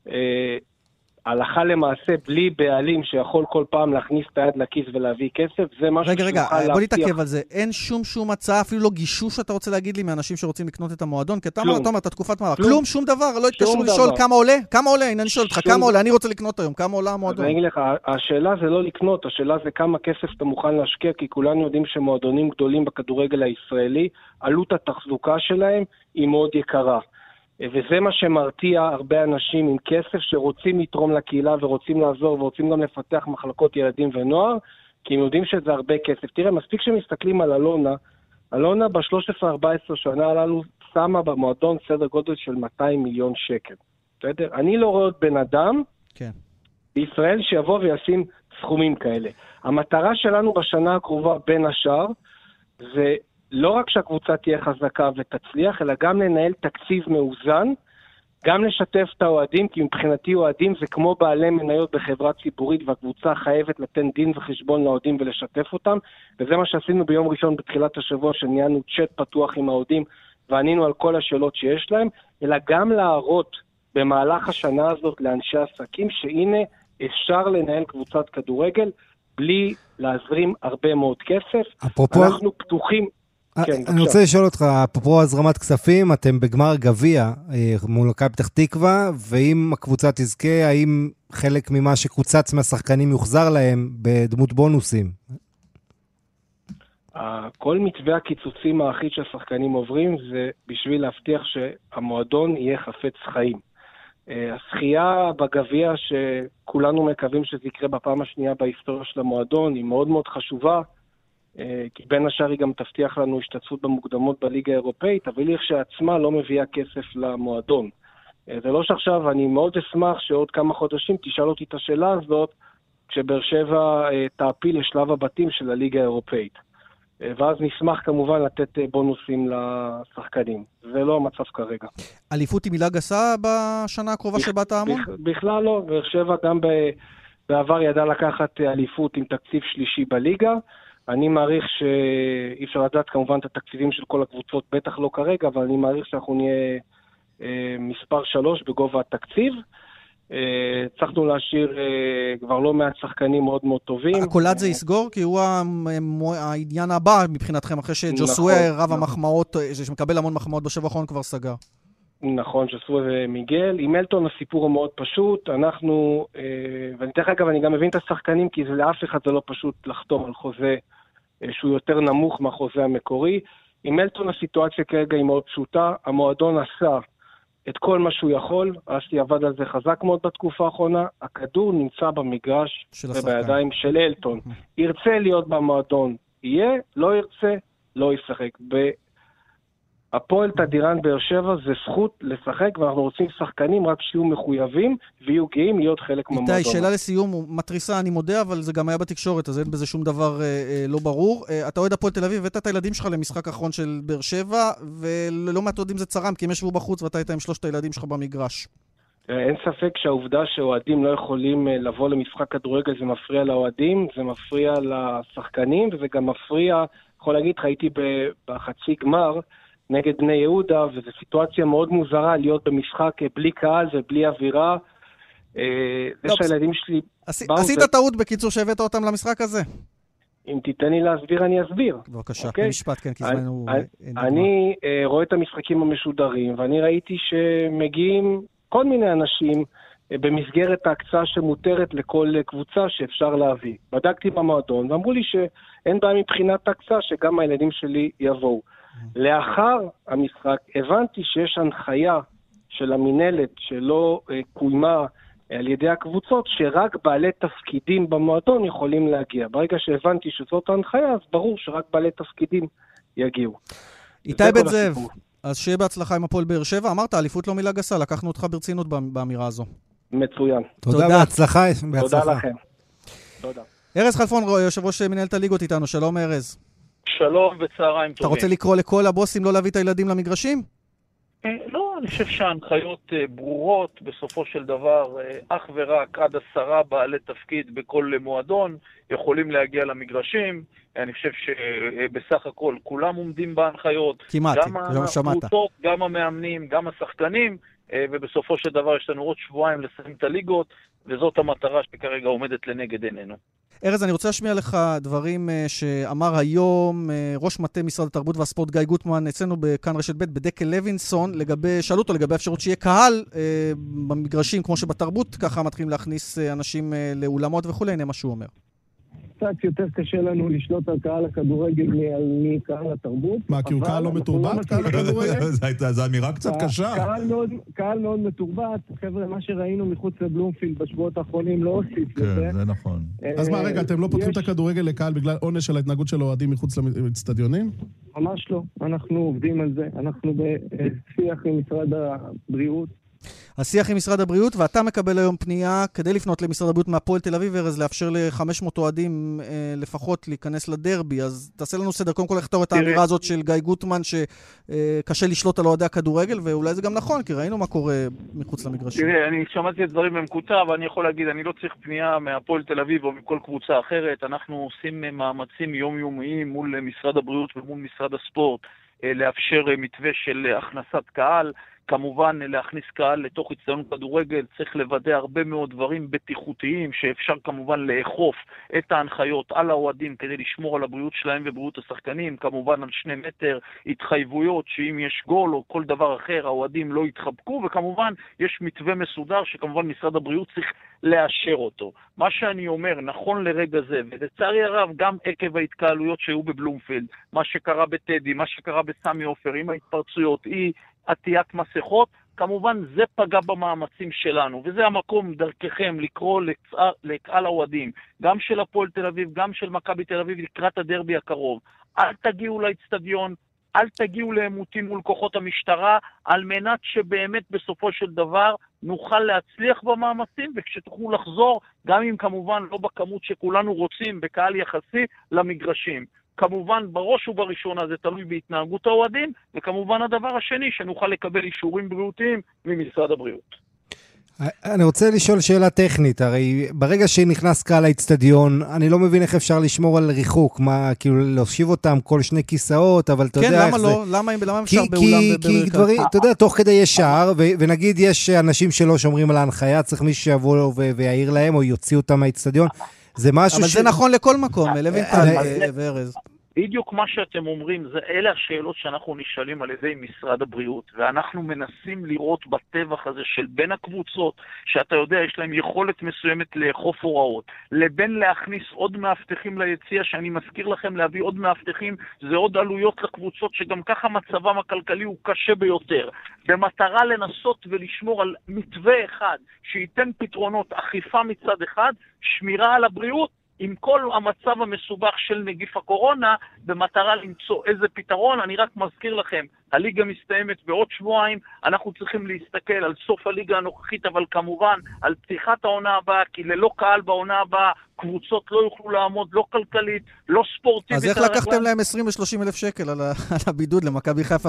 הלכה למעשה בלי בעלים שיכול כל פעם להכניס את היד לכיס ולהביא כסף, זה משהו רגע, רגע, בוא נתעכב על זה. אין שום שום הצעה, אפילו לא גישוש שאתה רוצה להגיד לי מאנשים שרוצים לקנות את המועדון, כי אתה אומר, אתה אומר, אתה תקופת מעבר. כלום, שום דבר, לא התקשרו לשאול כמה עולה, כמה עולה, הנה אני שואל אותך, כמה עולה, אני רוצה לקנות היום, כמה עולה המועדון. אני אגיד לך, השאלה זה לא לקנות, השאלה זה כמה כסף אתה מוכן להשקיע, כי כולנו יודעים שמועדונים גדולים בכדורגל הישראלי, עלות התחזוקה שלהם היא מאוד יקרה. וזה מה שמרתיע הרבה אנשים עם כסף שרוצים לתרום לקהילה ורוצים לעזור ורוצים גם לפתח מחלקות ילדים ונוער, כי הם יודעים שזה הרבה כסף. תראה, מספיק שמסתכלים על אלונה, אלונה ב-שלוש עשרה ארבע עשרה שנה הללו שמה במועדון סדר גודל של מאתיים מיליון שקל. בסדר? אני לא רואה עוד בן אדם כן. בישראל שיבוא וישים סכומים כאלה. המטרה שלנו בשנה הקרובה בין השאר זה לא רק שהקבוצה תהיה חזקה ותצליח, אלא גם לנהל תקציב מאוזן, גם לשתף את האוהדים, כי מבחינתי אוהדים זה כמו בעלי מניות בחברה ציבורית, והקבוצה חייבת לתן דין וחשבון לאוהדים ולשתף אותם, וזה מה שעשינו ביום ראשון בתחילת השבוע, שניהלנו צ'אט פתוח עם האוהדים, וענינו על כל השאלות שיש להם, אלא גם להראות במהלך השנה הזאת לאנשי עסקים, שהנה אפשר לנהל קבוצת כדורגל בלי להזרים הרבה מאוד כסף. אפרופו... אנחנו פתוחים... כן, אני רוצה לשאול אותך, אפרופו הזרמת כספים, אתם בגמר גביע מול מכבי פתח תקווה, ואם הקבוצה תזכה, האם חלק ממה שקוצץ מהשחקנים יוחזר להם בדמות בונוסים? כל מתווה הקיצוצים האחיד שהשחקנים עוברים, זה בשביל להבטיח שהמועדון יהיה חפץ חיים. הזכייה בגביע שכולנו מקווים שזה יקרה בפעם השנייה בהיסטוריה של המועדון, היא מאוד מאוד חשובה, כי בין השאר היא גם תבטיח לנו השתתפות במוקדמות בליגה האירופאית, אבל היא כשעצמה לא מביאה כסף למועדון. זה לא שעכשיו, אני מאוד אשמח שעוד כמה חודשים תשאל אותי את השאלה הזאת, כשבאר שבע תעפיל לשלב הבתים של הליגה האירופאית. ואז נשמח כמובן לתת בונוסים לשחקנים. זה לא המצב כרגע. אליפות היא מילה גסה בשנה הקרובה שבה תאמון? בכלל לא. באר שבע גם בעבר ידע לקחת אליפות עם תקציב שלישי בליגה. אני מעריך שאי אפשר לדעת כמובן את התקציבים של כל הקבוצות, בטח לא כרגע, אבל אני מעריך שאנחנו נהיה אה, מספר שלוש בגובה התקציב. אה, צריכנו להשאיר אה, כבר לא מעט שחקנים מאוד מאוד טובים. הקולד זה יסגור? כי הוא העניין הבא מבחינתכם, אחרי שג'וסווה נכון, רב נכון. המחמאות, שמקבל המון מחמאות בשבוע האחרון כבר סגר. נכון, ג'וסווה ומיגל. עם אלטון הסיפור הוא מאוד פשוט. אנחנו, אה, ואני תכף אגב, אני גם מבין את השחקנים, כי זה לאף אחד זה לא פשוט לחתום על חוזה שהוא יותר נמוך מהחוזה המקורי. עם אלטון הסיטואציה כרגע היא מאוד פשוטה, המועדון עשה את כל מה שהוא יכול, אסי עבד על זה חזק מאוד בתקופה האחרונה, הכדור נמצא במגרש ובידיים של אלטון. ירצה להיות במועדון, יהיה, לא ירצה, לא ישחק. הפועל תדירן באר שבע זה זכות לשחק, ואנחנו רוצים שחקנים רק שיהיו מחויבים, ויהיו גאים להיות חלק מהמועדון. איתי, שאלה לסיום, מטריסה, אני מודה, אבל זה גם היה בתקשורת, אז אין בזה שום דבר אה, אה, לא ברור. אה, אתה אוהד הפועל תל אביב, הבאת את הילדים שלך למשחק האחרון של באר שבע, ולא מעט יודעים זה צרם, כי הם ישבו בחוץ, ואתה היית עם שלושת הילדים שלך במגרש. אין ספק שהעובדה שאוהדים לא יכולים לבוא למשחק כדורגל, זה מפריע לאוהדים, זה מפריע לשחקנים, וזה גם מפריע, יכול להגיד, הייתי בחצי גמר, נגד בני יהודה, וזו סיטואציה מאוד מוזרה להיות במשחק בלי קהל ובלי אווירה. זה שהילדים שלי... עשית טעות בקיצור שהבאת אותם למשחק הזה? אם תיתן לי להסביר, אני אסביר. בבקשה, במשפט, כן, כי זמנו... אני רואה את המשחקים המשודרים, ואני ראיתי שמגיעים כל מיני אנשים במסגרת ההקצאה שמותרת לכל קבוצה שאפשר להביא. בדקתי במועדון, ואמרו לי שאין בעיה מבחינת ההקצאה שגם הילדים שלי יבואו. לאחר המשחק הבנתי שיש הנחיה של המנהלת שלא uh, קוימה על ידי הקבוצות, שרק בעלי תפקידים במועדון יכולים להגיע. ברגע שהבנתי שזאת ההנחיה, אז ברור שרק בעלי תפקידים יגיעו. איתי בית זאב, אז שיהיה בהצלחה עם הפועל באר שבע. אמרת, אליפות לא מילה גסה, לקחנו אותך ברצינות באמירה הזו. מצוין. תודה, בהצלחה. תודה לכם. תודה. ארז חלפון, יושב ראש מנהלת הליגות איתנו. שלום ארז. שלום וצהריים טובים. אתה רוצה לקרוא לכל הבוסים לא להביא את הילדים למגרשים? לא, אני חושב שההנחיות ברורות, בסופו של דבר, אך ורק עד עשרה בעלי תפקיד בכל מועדון יכולים להגיע למגרשים. אני חושב שבסך הכל כולם עומדים בהנחיות. כמעט, גם שמעת. גם המאמנים, גם השחקנים, ובסופו של דבר יש לנו עוד שבועיים לסיים את הליגות, וזאת המטרה שכרגע עומדת לנגד עינינו. ארז, אני רוצה להשמיע לך דברים שאמר היום ראש מטה משרד התרבות והספורט גיא גוטמן, אצלנו בכאן רשת ב' בדקל לוינסון, לגבי, שאלו אותו לגבי אפשרות שיהיה קהל במגרשים כמו שבתרבות, ככה מתחילים להכניס אנשים לאולמות וכו', הנה מה שהוא אומר. קצת יותר קשה לנו לשלוט על קהל הכדורגל מקהל התרבות. מה, כי הוא קהל לא מתורבת? קהל הכדורגל? זו אמירה קצת קשה. קהל מאוד מתורבת. חבר'ה, מה שראינו מחוץ לבלומפילד בשבועות האחרונים לא הוסיף לזה. כן, זה נכון. אז מה, רגע, אתם לא פותחים את הכדורגל לקהל בגלל עונש של ההתנהגות של אוהדים מחוץ לאצטדיונים? ממש לא. אנחנו עובדים על זה. אנחנו בשיח עם משרד הבריאות. השיח עם משרד הבריאות, ואתה מקבל היום פנייה כדי לפנות למשרד הבריאות מהפועל תל אביב, ארז, לאפשר ל-חמש מאות אוהדים אה, לפחות להיכנס לדרבי. אז תעשה לנו סדר, קודם כל איך אתה רואה את האמירה הזאת של גיא גוטמן, שקשה לשלוט על אוהדי הכדורגל, ואולי זה גם נכון, כי ראינו מה קורה מחוץ למגרשים. תראה, אני שמעתי את דברים במקוצה, ואני יכול להגיד, אני לא צריך פנייה מהפועל תל אביב או מכל קבוצה אחרת. אנחנו עושים מאמצים יומיומיים מול משרד הבריאות ומול משרד הספורט, לאפשר מתווה של הכנסת קהל, כמובן להכניס קהל לתוך אצטדיון כדורגל, צריך לוודא הרבה מאוד דברים בטיחותיים שאפשר כמובן לאכוף את ההנחיות על האוהדים כדי לשמור על הבריאות שלהם ובריאות השחקנים, כמובן על שני מטר, התחייבויות שאם יש גול או כל דבר אחר האוהדים לא יתחבקו, וכמובן יש מתווה מסודר שכמובן משרד הבריאות צריך לאשר אותו. מה שאני אומר, נכון לרגע זה, ולצערי הרב גם עקב ההתקהלויות שהיו בבלומפילד, מה שקרה בטדי, מה שקרה בסמי עופר, עם ההתפרצויות, היא עטיית מסכות, כמובן זה פגע במאמצים שלנו, וזה המקום דרככם לקרוא לקהל, לקהל האוהדים, גם של הפועל תל אביב, גם של מכבי תל אביב לקראת הדרבי הקרוב. אל תגיעו לאצטדיון, אל תגיעו לעימותים מול כוחות המשטרה, על מנת שבאמת בסופו של דבר נוכל להצליח במאמצים, וכשתוכלו לחזור, גם אם כמובן לא בכמות שכולנו רוצים, בקהל יחסי, למגרשים. כמובן, בראש ובראשונה זה תלוי בהתנהגות האוהדים, וכמובן הדבר השני, שנוכל לקבל אישורים בריאותיים ממשרד הבריאות. אני רוצה לשאול שאלה טכנית, הרי ברגע שנכנס קהל לאצטדיון, אני לא מבין איך אפשר לשמור על ריחוק, מה, כאילו להושיב אותם כל שני כיסאות, אבל אתה יודע איך זה... כן, למה לא? למה, למה אפשר באולם כי דברים, אתה יודע, תוך כדי יש שער, ונגיד יש אנשים שלא שומרים על ההנחיה, צריך מישהו שיבוא ויעיר להם, או יוציא אותם מהאצטדיון. זה משהו אבל ש... זה נכון לכל מקום, לוינטל וארז. בדיוק מה שאתם אומרים, זה אלה השאלות שאנחנו נשאלים על ידי משרד הבריאות, ואנחנו מנסים לראות בטווח הזה של בין הקבוצות, שאתה יודע, יש להם יכולת מסוימת לאכוף הוראות, לבין להכניס עוד מאבטחים ליציע, שאני מזכיר לכם להביא עוד מאבטחים, זה עוד עלויות לקבוצות שגם ככה מצבם הכלכלי הוא קשה ביותר, במטרה לנסות ולשמור על מתווה אחד, שייתן פתרונות אכיפה מצד אחד, שמירה על הבריאות, עם כל המצב המסובך של נגיף הקורונה, במטרה למצוא איזה פתרון. אני רק מזכיר לכם, הליגה מסתיימת בעוד שבועיים, אנחנו צריכים להסתכל על סוף הליגה הנוכחית, אבל כמובן על פתיחת העונה הבאה, כי ללא קהל בעונה הבאה, קבוצות לא יוכלו לעמוד, לא כלכלית, לא ספורטיבית. אז איך לקחתם להם עשרים ושלושים אלף שקל על הבידוד למכבי חיפה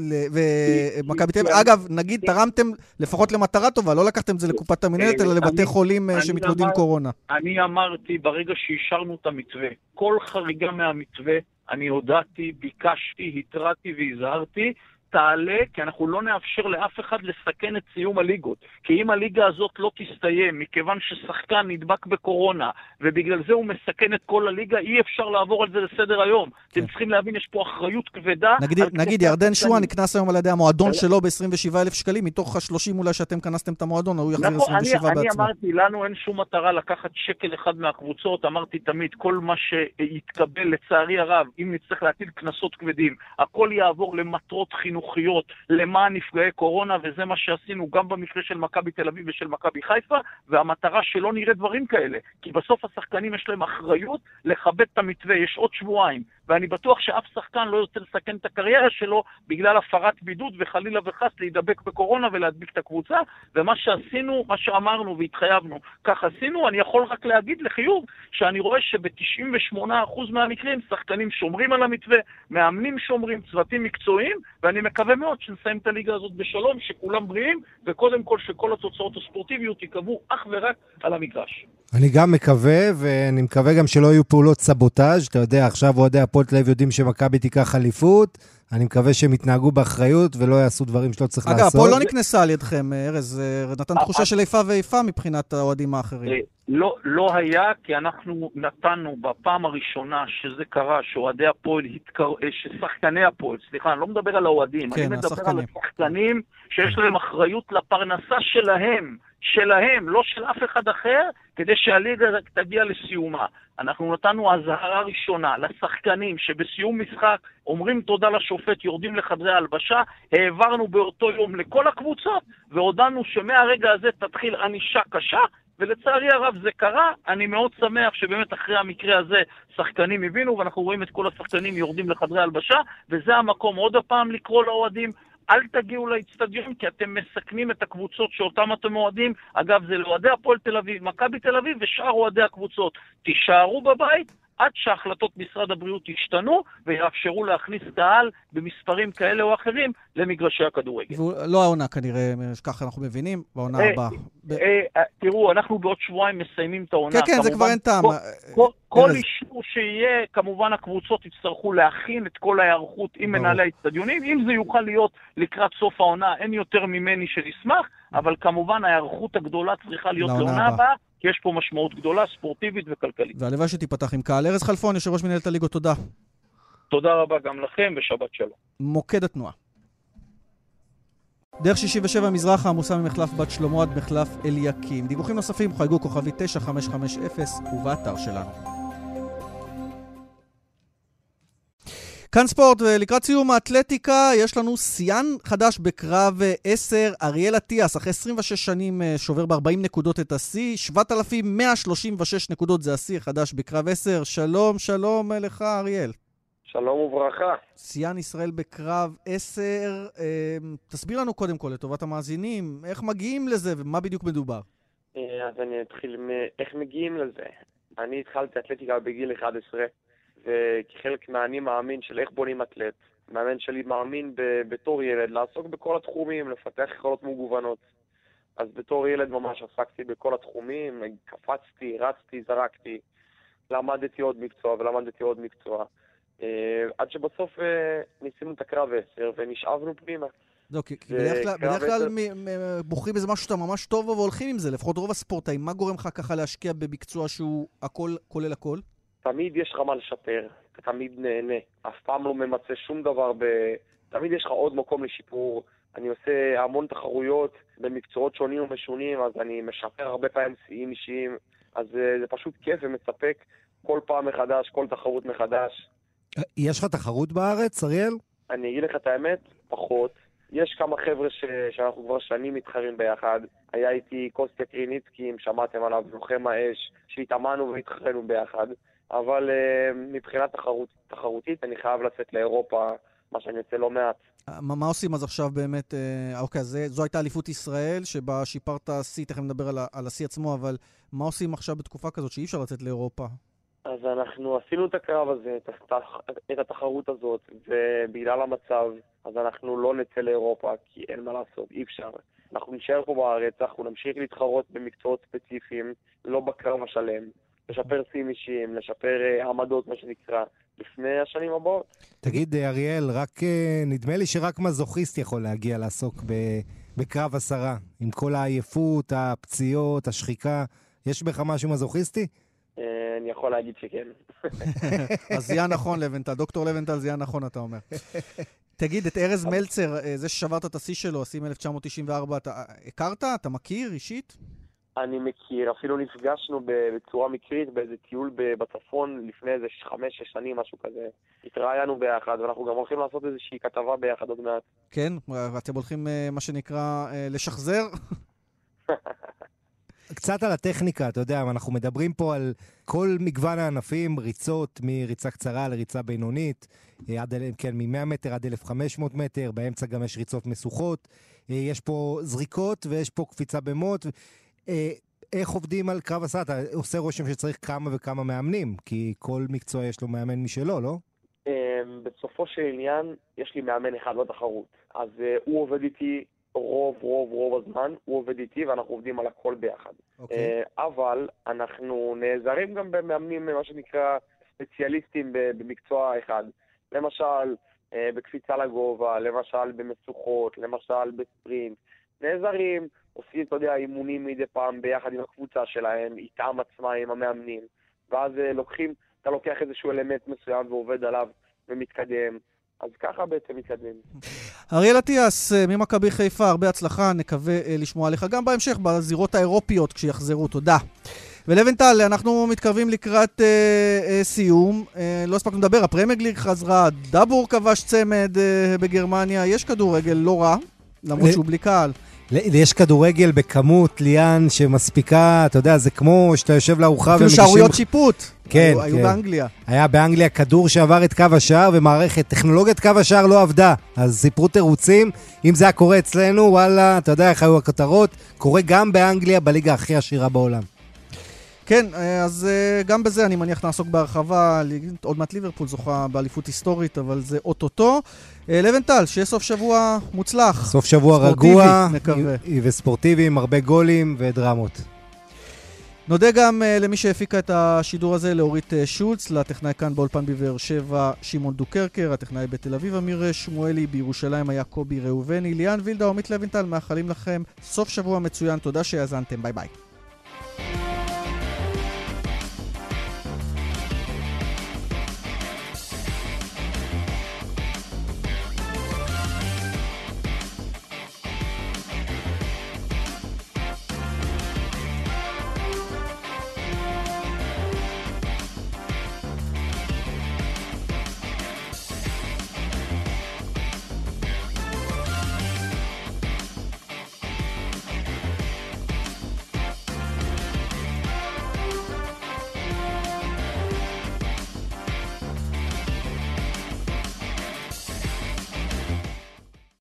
ומכבי תל אביב? אגב, נגיד, תרמתם לפחות למטרה טובה, לא לקחתם את זה לקופת המינהלת, אלא לבתי חולים שמתמודדים קורונה. אני אמרתי, ברגע שאישרנו את המתווה, כל חריגה מהמתווה, אני הודעתי, ביקשתי, התרעתי והזהרתי, תעלה, כי אנחנו לא נאפשר לאף אחד לסכן את סיום הליגות. כי אם הליגה הזאת לא תסתיים, מכיוון ששחקן נדבק בקורונה, ובגלל זה הוא מסכן את כל הליגה, אי אפשר לעבור על זה לסדר היום. אתם צריכים להבין, יש פה אחריות כבדה. נגיד, ירדן שואה נקנס היום על ידי המועדון שלו ב-עשרים ושבעה אלף שקלים, מתוך ה-שלושים אולי שאתם כנסתם את המועדון, הוא יחזיר עשרים ושבע בעצמו. אני אמרתי, לנו אין שום מטרה לקחת שקל אחד מהקבוצות, אמרתי תמיד, כל מה שיתקבל לצערי הרב, אם נצטרך להטיל כנסות כבדים, הכל יעבור למטרות חינוכיות, למען נפגעי קורונה, וזה מה שעשינו גם במקרה של מכבי תל אביב ושל מכבי חיפה, והמטרה שלא נראה דברים כאלה, כי בסוף השחקנים יש להם אחריות לכבד את המתווה, יש עוד שבועיים, ואני בטוח שאף שחקן לא יוצא לסכן את הקריירה שלו בגלל הפרת בידוד וחלילה וחס להידבק בקורונה ולהדביק את הקבוצה, ומה שעשינו, מה שאמרנו והתחייבנו, כך עשינו. אני יכול רק להגיד לחיוב שאני רואה שב-תשעים ושמונה אחוז מהמקרים שחקנים שומרים על המתווה, מאמנים שומרים, צוותים מקצועיים, ואני מקווה מאוד שנסיים את הליגה הזאת בשלום, שכולם בריאים, וקודם כל שכל התוצאות הספורטיביות יקבעו אך ורק על המגרש. אני גם מקווה, ואני מקווה גם שלא יהיו פעולות סבוטאז'. אתה יודע, עכשיו אוהדי הפועל תל אביב יודעים שמכבי תיקח אליפות, אני מקווה שהם יתנהגו באחריות ולא יעשו דברים שלא צריך לעשות. אגב, הפועל לא נקנסה על ידכם, ארז, נתן תחושה של איפה ואיפה מבחינת האוהדים האחרים. לא, לא היה, כי אנחנו נתנו בפעם הראשונה שזה קרה, שאוהדי הפועל, ששחקני הפועל, סליחה, אני לא מדבר על האוהדים, אני מדבר על השחקנים שיש להם אחריות לפרנסה שלהם, שלהם, לא של אף אחד אחר, כדי שהליגה תגיע לסיומה. אנחנו נתנו הזהרה ראשונה לשחקנים שבסיום משחק אומרים תודה לשופט, יורדים לחדרי ההלבשה, העברנו באותו יום לכל הקבוצות, והודענו שמהרגע הזה תתחיל ענישה קשה, ולצערי הרב זה קרה. אני מאוד שמח שבאמת אחרי המקרה הזה שחקנים הבינו, ואנחנו רואים את כל השחקנים יורדים לחדרי ההלבשה, וזה המקום עוד הפעם לקרוא לאוהדים, אל תגיעו לאצטדיון, כי אתם מסכנים את הקבוצות שאותם אתם אוהדים. אגב, זה לאוהדי הפועל תל אביב, מכבי תל אביב ושאר אוהדי הקבוצות. תישארו בבית, עד שהחלטות משרד הבריאות ישתנו ויאפשרו להכניס קהל במספרים כאלה או אחרים למגרשי הכדורגל. לא העונה כנראה, ככה אנחנו מבינים, בעונה הבאה. תראו, אנחנו בעוד שבועיים מסיימים את העונה. כן, כן, זה כבר אין טעם. כל אישור שיהיה, כמובן הקבוצות יצטרכו להכין את כל ההיערכות עם מנהלי האצטדיונים. אם זה יוכל להיות לקראת סוף העונה, אין יותר ממני שנשמח, אבל כמובן ההיערכות הגדולה צריכה להיות לעונה הבאה, כי יש פה משמעות גדולה, ספורטיבית וכלכלית. והלוואי שתיפתח עם קהל. ארז חלפון, יושב ראש מנהלת הליגות, תודה. תודה רבה גם לכם ושבת שלום. מוקד התנועה. דרך שישים ושבע מזרחה עמוסה ממחלף בת שלמה עד מחלף אליקים. דיווחים נוספים חייגו כוכבי תשע חמש חמש אפס ובאתר שלנו. כאן ספורט, ולקראת סיום האתלטיקה יש לנו שיאן חדש בקרב עשר, אריאל אטיאס, אחרי עשרים ושש שנים שובר ב-ארבעים נקודות את השיא, שבעת אלפים מאה שלושים ושש נקודות זה השיא החדש בקרב עשר. שלום, שלום לך אריאל. שלום וברכה. שיאן ישראל בקרב עשר, תסביר לנו קודם כל לטובת המאזינים, איך מגיעים לזה ומה בדיוק מדובר? אז אני אתחיל מאיך מגיעים לזה. אני התחלתי אתלטיקה בגיל אחת עשרה, וכחלק מהאני מאמין של איך בונים אתלט. מאמן שלי מאמין ב- בתור ילד לעסוק בכל התחומים, לפתח יכולות מגוונות. אז בתור ילד ממש עסקתי בכל התחומים, קפצתי, רצתי, זרקתי, למדתי עוד מקצוע ולמדתי עוד מקצוע. עד שבסוף ניסינו את הקרב עשר ונשאבנו פנימה. לא, כי בדרך כלל בוחרים איזה משהו שאתה ממש טוב והולכים עם זה, לפחות רוב הספורטאים. מה גורם לך ככה להשקיע במקצוע שהוא הכל כולל הכל? תמיד יש לך מה לשפר, אתה תמיד נהנה, אף פעם לא ממצא שום דבר, ב... תמיד יש לך עוד מקום לשיפור. אני עושה המון תחרויות במקצועות שונים ומשונים, אז אני משפר הרבה פעמים שיאים אישיים, אז זה פשוט כיף ומצפק כל פעם מחדש, כל תחרות מחדש. יש לך תחרות בארץ, אריאל? אני אגיד לך את האמת, פחות. יש כמה חבר'ה ש... שאנחנו כבר שנים מתחרים ביחד. היה איתי קוסטיה קריניצקי, אם שמעתם עליו, לוחם האש, שהתאמנו והתחרנו ביחד. אבל uh, מבחינת תחרות, תחרותית אני חייב לצאת לאירופה, מה שאני יוצא לא מעט. מה, מה עושים אז עכשיו באמת? אה, אוקיי, זה, זו הייתה אליפות ישראל, שבה שיפרת שיא, תכף נדבר על, על השיא עצמו, אבל מה עושים עכשיו בתקופה כזאת שאי אפשר לצאת לאירופה? אז אנחנו עשינו את הקרב הזה, את, את התחרות הזאת, ובגלל המצב, אז אנחנו לא נצא לאירופה, כי אין מה לעשות, אי אפשר. אנחנו נשאר פה בארץ, אנחנו נמשיך להתחרות במקצועות ספציפיים, לא בקרב השלם. לשפר שיאים אישיים, לשפר עמדות, מה שנקרא, לפני השנים הבאות. תגיד, אריאל, רק, נדמה לי שרק מזוכיסט יכול להגיע לעסוק בקרב עשרה, עם כל העייפות, הפציעות, השחיקה. יש בך משהו מזוכיסטי? אני יכול להגיד שכן. אז זייה נכון, לבנטל. דוקטור לבנטל, זייה נכון, אתה אומר. תגיד, את ארז מלצר, זה ששברת את השיא שלו, השיא מ-אלף תשע מאות תשעים וארבע, אתה הכרת? אתה מכיר אישית? אני מכיר, אפילו נפגשנו בצורה מקרית באיזה טיול בצפון לפני איזה חמש, שש שנים, משהו כזה. התראיינו ביחד, ואנחנו גם הולכים לעשות איזושהי כתבה ביחד עוד מעט. כן? אתם הולכים, מה שנקרא, לשחזר? קצת על הטכניקה, אתה יודע, אנחנו מדברים פה על כל מגוון הענפים, ריצות מריצה קצרה לריצה בינונית, עד, כן, מ-מאה מטר עד אלף וחמש מאות מטר, באמצע גם יש ריצות מסוכות, יש פה זריקות ויש פה קפיצה במות, איך עובדים על קרב עשרה? אתה עושה רושם שצריך כמה וכמה מאמנים, כי כל מקצוע יש לו מאמן משלו, לא? בסופו של עניין, יש לי מאמן אחד בתחרות. אז הוא עובד איתי רוב, רוב, רוב הזמן, הוא עובד איתי ואנחנו עובדים על הכל ביחד. אבל אנחנו נעזרים גם במאמנים, מה שנקרא, ספציאליסטים במקצוע אחד. למשל, בקפיצה לגובה, למשל במשוכות, למשל בספרינט. נעזרים, עושים, אתה יודע, אימונים מדי פעם ביחד עם הקבוצה שלהם, איתם עצמה, עם המאמנים, ואז לוקחים, אתה לוקח איזשהו אלמנט מסוים ועובד עליו ומתקדם, אז ככה בעצם מתקדם. אריאל אטיאס, ממכבי חיפה, הרבה הצלחה, נקווה לשמוע עליך גם בהמשך בזירות האירופיות כשיחזרו, תודה. ולבנטל, אנחנו מתקרבים לקראת אה, אה, סיום, אה, לא הספקנו לדבר, הפרמייר ליג חזרה, דאבור כבש צמד אה, בגרמניה, יש כדורגל לא רע, למרות שהוא בלי קהל. יש כדורגל בכמות, ליאן, שמספיקה, אתה יודע, זה כמו שאתה יושב לארוחה אפילו שערוריות שיפוט. כן, היו, היו כן. באנגליה. היה באנגליה כדור שעבר את קו השער, ומערכת, טכנולוגיית קו השער לא עבדה. אז סיפרו תירוצים, אם זה היה קורה אצלנו, וואלה, אתה יודע איך היו הכותרות, קורה גם באנגליה, בליגה הכי עשירה בעולם. כן, אז גם בזה אני מניח נעסוק בהרחבה, עוד מעט ליברפול זוכה באליפות היסטורית, אבל זה אוטוטו. לבנטל, שיהיה סוף שבוע מוצלח. סוף שבוע רגוע וספורטיבי, עם הרבה גולים ודרמות. נודה גם uh, למי שהפיקה את השידור הזה, לאורית uh, שולץ, לטכנאי כאן באולפן בבאר שבע, שמעון דוקרקר, הטכנאי בתל אביב, אמיר שמואלי, בירושלים היה קובי ראובני, ליאן וילדה, עמית לבנטל, מאחלים לכם סוף שבוע מצוין, תודה שהאזנתם, ביי ביי.